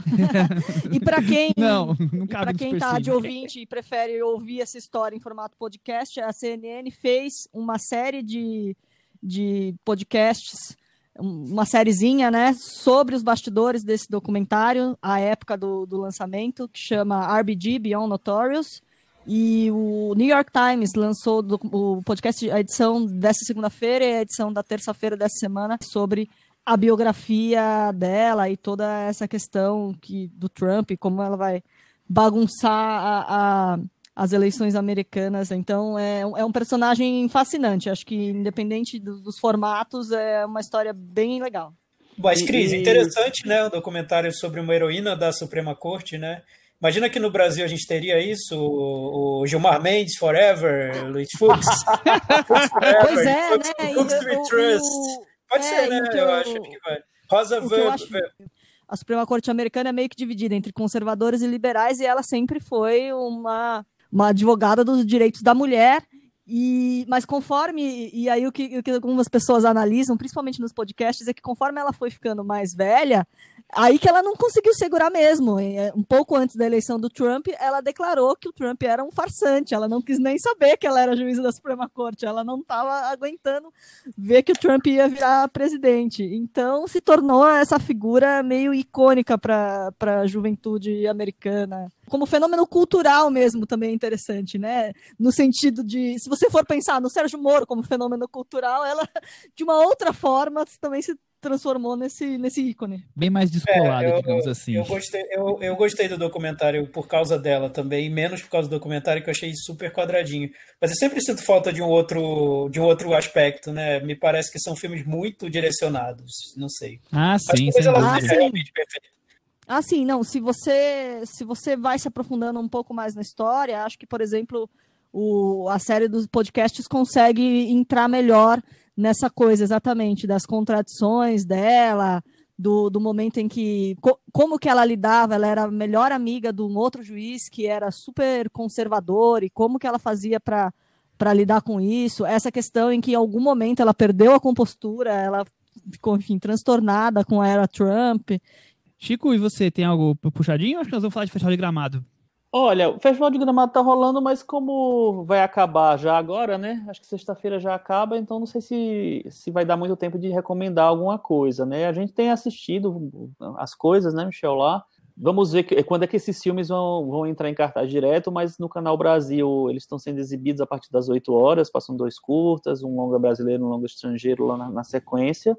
E para quem não cabe para quem tá de ouvinte e prefere ouvir essa história em formato podcast, a CNN fez uma série de podcasts, uma sériezinha, né, sobre os bastidores desse documentário, a época do lançamento, que chama RBG, Beyond Notorious, e o New York Times lançou o podcast, a edição dessa segunda-feira e a edição da terça-feira dessa semana, sobre a biografia dela e toda essa questão do Trump, como ela vai bagunçar as eleições americanas. Então, é um personagem fascinante. Acho que, independente dos formatos, é uma história bem legal. Mas, Cris, interessante, né? Um documentário sobre uma heroína da Suprema Corte, né? Imagina que no Brasil a gente teria isso, o Gilmar Mendes Forever, Luiz Fux. Fux Forever, pois é, Fux, né? Fux We Trust. Pode ser, né? Eu acho que vai. Rosa a Suprema Corte americana é meio que dividida entre conservadores e liberais, e ela sempre foi uma advogada dos direitos da mulher, mas conforme, e aí o que algumas pessoas analisam, principalmente nos podcasts, é que conforme ela foi ficando mais velha, aí que ela não conseguiu segurar mesmo. Um pouco antes da eleição do Trump, ela declarou que o Trump era um farsante, ela não quis nem saber que ela era juíza da Suprema Corte, ela não estava aguentando ver que o Trump ia virar presidente. Então se tornou essa figura meio icônica para a juventude americana. Como fenômeno cultural mesmo, também é interessante, né? No sentido de, se você for pensar no Sérgio Moro como fenômeno cultural, ela, de uma outra forma, também se transformou nesse ícone. Bem mais descolada, digamos assim. Eu gostei do documentário por causa dela também, menos por causa do documentário, que eu achei super quadradinho. Mas eu sempre sinto falta de um outro aspecto, né? Me parece que são filmes muito direcionados, não sei. Sim. Mas ela é realmente perfeita. Sim, não, se você vai se aprofundando um pouco mais na história, acho que, por exemplo, a série dos podcasts consegue entrar melhor nessa coisa, exatamente, das contradições dela, do momento em que, como que ela lidava, ela era a melhor amiga de um outro juiz que era super conservador, e como que ela fazia para lidar com isso, essa questão em que em algum momento ela perdeu a compostura, ela ficou, enfim, transtornada com a era Trump. Chico, e você, tem algo puxadinho? Acho que nós vamos falar de Festival de Gramado. Olha, o Festival de Gramado tá rolando, mas como vai acabar já agora, né? Acho que sexta-feira já acaba, então não sei se vai dar muito tempo de recomendar alguma coisa, né? A gente tem assistido as coisas, né, Michel, lá. Vamos ver quando é que esses filmes vão entrar em cartaz direto, mas no Canal Brasil eles estão sendo exibidos a partir das 8 horas, passam 2 curtas, um longa brasileiro, um longa estrangeiro lá na sequência.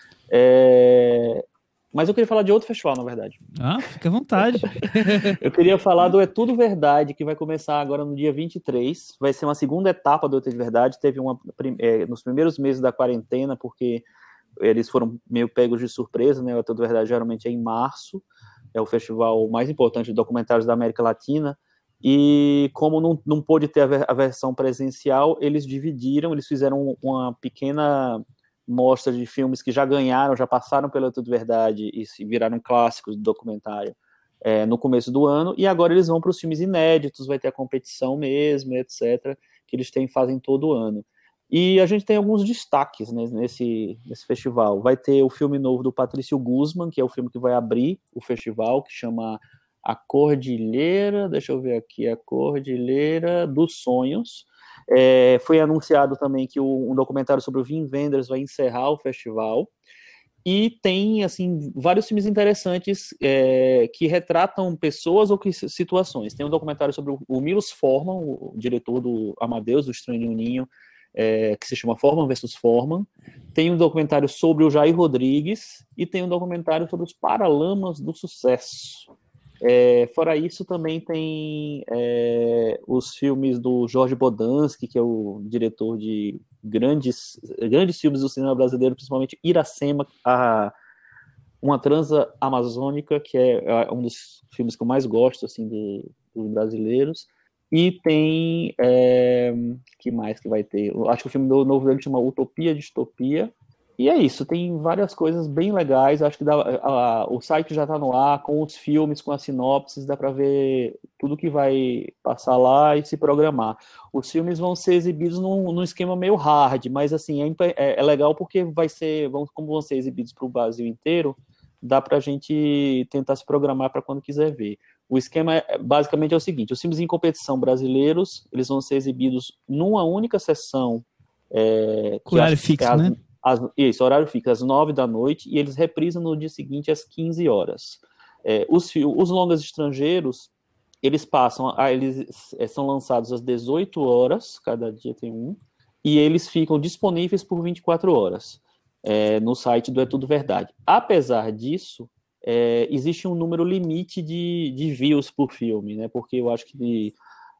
Mas eu queria falar de outro festival, na verdade. Fica à vontade. Eu queria falar do É Tudo Verdade, que vai começar agora no dia 23. Vai ser uma segunda etapa do É Tudo Verdade. Teve nos primeiros meses da quarentena, porque eles foram meio pegos de surpresa, né? O É Tudo Verdade geralmente é em março. É o festival mais importante de documentários da América Latina. E como não pôde ter a versão presencial, eles fizeram uma pequena mostra de filmes que já ganharam, já passaram pela Tudo Verdade e se viraram clássicos do documentário no começo do ano, e agora eles vão para os filmes inéditos, vai ter a competição mesmo, etc., que eles fazem todo ano. E a gente tem alguns destaques, né, nesse festival. Vai ter o filme novo do Patrício Guzman, que é o filme que vai abrir o festival, que chama A Cordilheira, deixa eu ver aqui, A Cordilheira dos Sonhos. Foi anunciado também que um documentário sobre o Wim Wenders vai encerrar o festival. E tem, assim, vários filmes interessantes que retratam pessoas ou situações. Tem um documentário sobre o Milos Forman, o diretor do Amadeus, do Estranho em um Ninho, que se chama Forman versus Forman. Tem um documentário sobre o Jair Rodrigues e tem um documentário sobre os Paralamas do Sucesso. Fora isso, também tem os filmes do Jorge Bodansky, que é o diretor de grandes filmes do cinema brasileiro, principalmente Iracema, uma transa amazônica, que é um dos filmes que eu mais gosto assim, dos brasileiros. E tem que mais que vai ter? Eu acho que o filme novo dele chama Utopia Distopia. E é isso, tem várias coisas bem legais. Acho que o site já está no ar, com os filmes, com as sinopses, dá para ver tudo que vai passar lá e se programar. Os filmes vão ser exibidos num esquema meio hard, mas assim, é legal porque como vão ser exibidos para o Brasil inteiro, dá para a gente tentar se programar para quando quiser ver. O esquema basicamente é o seguinte: os filmes em competição brasileiros, eles vão ser exibidos numa única sessão. Horário fixo, né? Isso, horário fixo, às 9 da noite, e eles reprisam no dia seguinte às 15 horas. Os longas estrangeiros, eles são lançados às 18 horas, cada dia tem um, e eles ficam disponíveis por 24 horas no site do É Tudo Verdade. Apesar disso, existe um número limite de views por filme, né? Porque eu acho que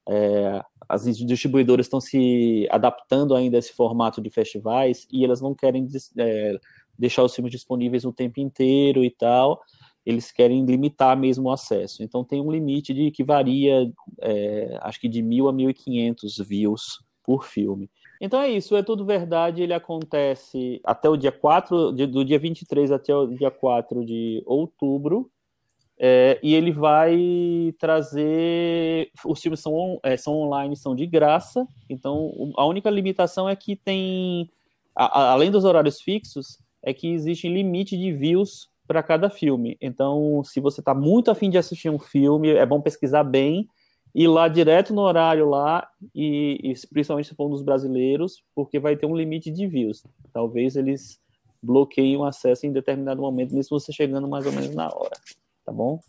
as distribuidoras estão se adaptando ainda a esse formato de festivais e elas não querem deixar os filmes disponíveis o tempo inteiro e tal, eles querem limitar mesmo o acesso. Então tem um limite que varia, acho que de 1.000 a 1.500 views por filme. Então é isso, É Tudo Verdade, ele acontece até o dia 4, do dia 23 até o dia 4 de outubro, e ele vai trazer... Os filmes são online, são de graça, então a única limitação é que tem, além dos horários fixos, é que existe limite de views para cada filme. Então, se você está muito afim de assistir um filme, é bom pesquisar bem, ir lá direto no horário lá, e principalmente se for um dos brasileiros, porque vai ter um limite de views. Talvez eles bloqueiem o acesso em determinado momento, mesmo você chegando mais ou menos na hora. Tá bom?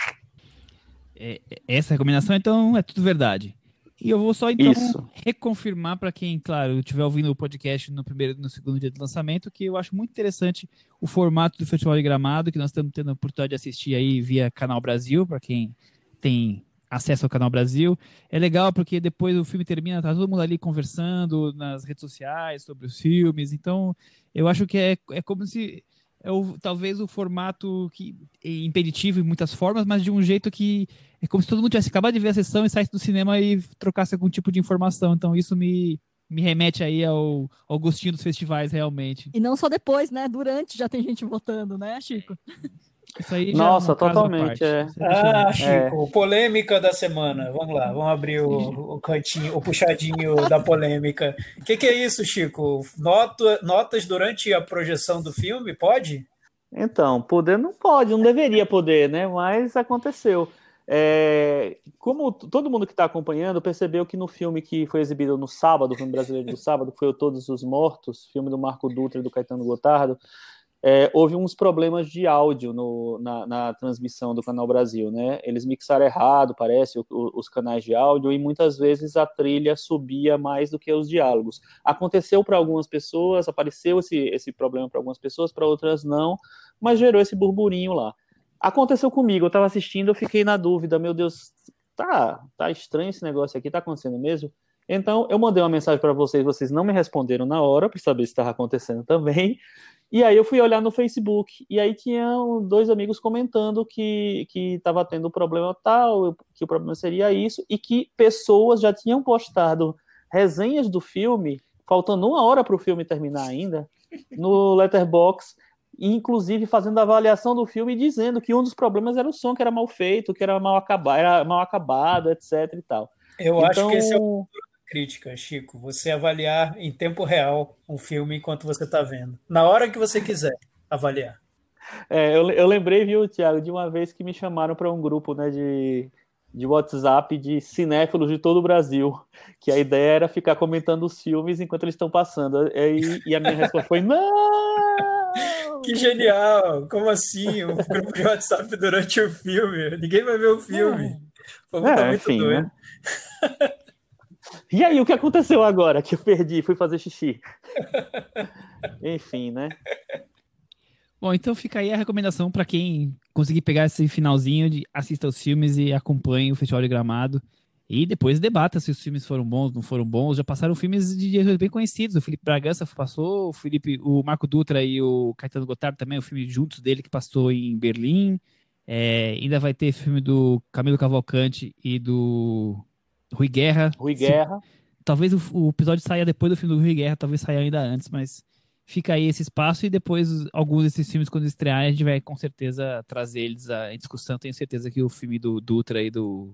Essa recomendação, então, é tudo verdade. E eu vou só, então, Isso. reconfirmar para quem, claro, estiver ouvindo o podcast no primeiro e no segundo dia de lançamento, que eu acho muito interessante o formato do Festival de Gramado, que nós estamos tendo a oportunidade de assistir aí via Canal Brasil, para quem tem acesso ao Canal Brasil. É legal porque depois o filme termina, tá todo mundo ali conversando nas redes sociais sobre os filmes. Então, eu acho que é como se... talvez o formato impeditivo em muitas formas, mas de um jeito que é como se todo mundo tivesse acabado de ver a sessão e saísse do cinema e trocasse algum tipo de informação. Então isso me remete aí ao gostinho dos festivais, realmente. E não só depois, né? Durante já tem gente votando, né, Chico? Isso aí já Nossa, é um caso à totalmente, parte. Chico, polêmica da semana. Vamos lá, vamos abrir o cantinho, o puxadinho da polêmica. O que é isso, Chico? Notas durante a projeção do filme? Pode? Então, poder não pode, não deveria poder, né? Mas aconteceu. Como todo mundo que está acompanhando percebeu que no filme que foi exibido no sábado, o filme brasileiro do sábado, foi o Todos os Mortos, filme do Marco Dutra e do Caetano Gotardo, houve uns problemas de áudio na transmissão do Canal Brasil, né? Eles mixaram errado, parece, os canais de áudio, e muitas vezes a trilha subia mais do que os diálogos. Aconteceu para algumas pessoas, apareceu esse problema para algumas pessoas, para outras não, mas gerou esse burburinho lá. Aconteceu comigo, eu estava assistindo, eu fiquei na dúvida, meu Deus, tá estranho esse negócio aqui, tá acontecendo mesmo? Então, eu mandei uma mensagem para vocês não me responderam na hora, para saber se estava acontecendo também. E aí eu fui olhar no Facebook, e aí tinham 2 amigos comentando que estava tendo um problema tal, que o problema seria isso, e que pessoas já tinham postado resenhas do filme, faltando 1 hora para o filme terminar ainda, no Letterboxd, e inclusive fazendo a avaliação do filme e dizendo que um dos problemas era o som, que era mal feito, que era mal acabado, etc. e tal. Eu acho que esse é o crítica, Chico. Você avaliar em tempo real um filme enquanto você está vendo. Na hora que você quiser avaliar. Eu lembrei, viu, Thiago, de uma vez que me chamaram para um grupo, né, de WhatsApp de cinéfilos de todo o Brasil, que a ideia era ficar comentando os filmes enquanto eles estão passando. E a minha resposta foi, não! Que genial! Como assim? Um grupo de WhatsApp durante o filme? Ninguém vai ver o filme. Pô, tá muito Enfim, doido. né? E aí, o que aconteceu agora? Que eu perdi, fui fazer xixi. Enfim, né? Bom, então fica aí a recomendação para quem conseguir pegar esse finalzinho de assista os filmes e acompanhe o Festival de Gramado. E depois debata se os filmes foram bons, não foram bons. Já passaram filmes de diretores bem conhecidos. O Felipe Bragança passou, o Marco Dutra e o Caetano Gotardo também, o filme juntos dele que passou em Berlim. Ainda vai ter filme do Camilo Cavalcante e do Rui Guerra. Talvez o episódio saia depois do filme do Rui Guerra, talvez saia ainda antes, mas fica aí esse espaço e depois alguns desses filmes, quando estrearem, a gente vai com certeza trazer eles em discussão. Tenho certeza que o filme do Dutra e do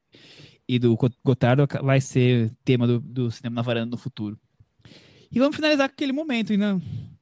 Gotardo vai ser tema do Cinema na Varanda no futuro. E vamos finalizar com aquele momento, né?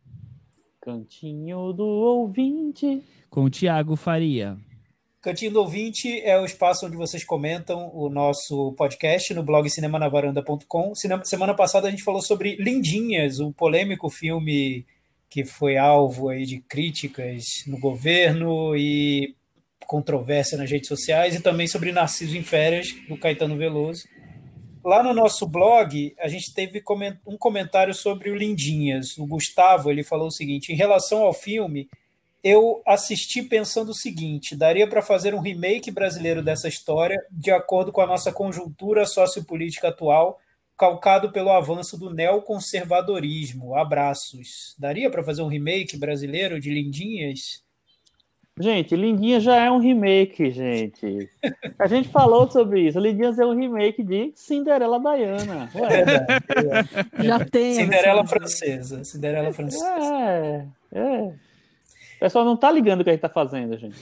Cantinho do Ouvinte. Com o Thiago Faria. Cantinho do Ouvinte é o espaço onde vocês comentam o nosso podcast no blog cinemanavaranda.com. Semana passada a gente falou sobre Lindinhas, o polêmico filme que foi alvo aí de críticas no governo e controvérsia nas redes sociais, e também sobre Narciso em Férias, do Caetano Veloso. Lá no nosso blog, a gente teve um comentário sobre o Lindinhas. O Gustavo, ele falou o seguinte: em relação ao filme, eu assisti pensando o seguinte: daria para fazer um remake brasileiro dessa história de acordo com a nossa conjuntura sociopolítica atual, calcado pelo avanço do neoconservadorismo. Abraços. Daria para fazer um remake brasileiro de Lindinhas? Gente, Lindinhas já é um remake, gente. A gente falou sobre isso. Lindinhas é um remake de Cinderela Baiana. Verdade. Já tem. Cinderela francesa. Cinderela francesa. O pessoal não tá ligando o que a gente tá fazendo, gente.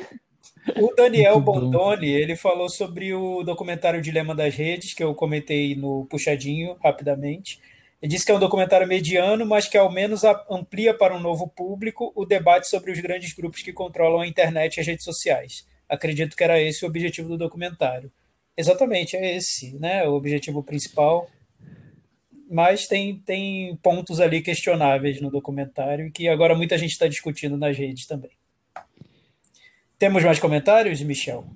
O Daniel Bondoni, ele falou sobre o documentário Dilema das Redes, que eu comentei no Puxadinho, rapidamente. Ele disse que é um documentário mediano, mas que ao menos amplia para um novo público o debate sobre os grandes grupos que controlam a internet e as redes sociais. Acredito que era esse o objetivo do documentário. Exatamente, é esse, né, o objetivo principal. Mas tem pontos ali questionáveis no documentário que agora muita gente está discutindo nas redes também. Temos mais comentários, Michel?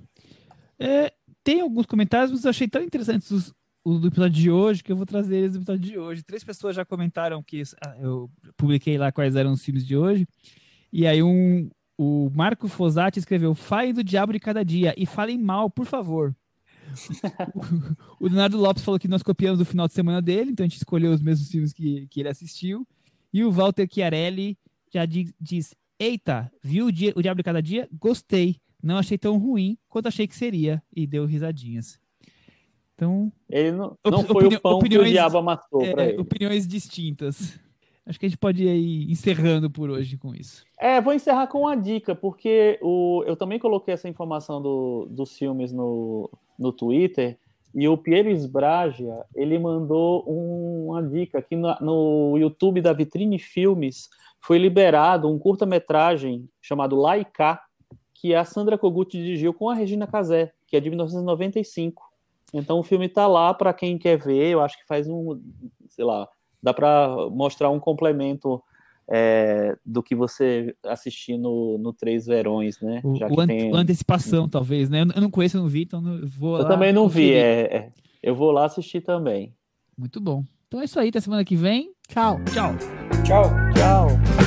Tem alguns comentários, mas eu achei tão interessantes os do episódio de hoje que eu vou trazer eles do episódio de hoje. 3 pessoas já comentaram que eu publiquei lá quais eram os filmes de hoje. E aí o Marco Fosati escreveu: falem do Diabo de Cada Dia e falem mal, por favor. O Leonardo Lopes falou que nós copiamos o final de semana dele, então a gente escolheu os mesmos filmes que ele assistiu. E o Walter Chiarelli já diz: eita, viu o Diabo de Cada Dia? Gostei. Não achei tão ruim quanto achei que seria. E deu risadinhas. Então, ele não foi o pão que o diabo amassou para ele. Opiniões distintas. Acho que a gente pode ir encerrando por hoje com isso. Vou encerrar com uma dica, porque eu também coloquei essa informação dos filmes no Twitter, e o Piero Sbragia, ele mandou uma dica que no YouTube da Vitrine Filmes foi liberado um curta-metragem chamado Laika, que a Sandra Kogut dirigiu com a Regina Casé, que é de 1995. Então o filme está lá para quem quer ver. Eu acho que faz dá para mostrar um complemento do que você assistir no Três Verões, né? Antecipação, talvez, né? Eu não conheço, eu não vi, então eu vou lá. Eu também não vi, eu vou lá assistir também. Muito bom. Então é isso aí, até semana que vem. Tchau. Tchau.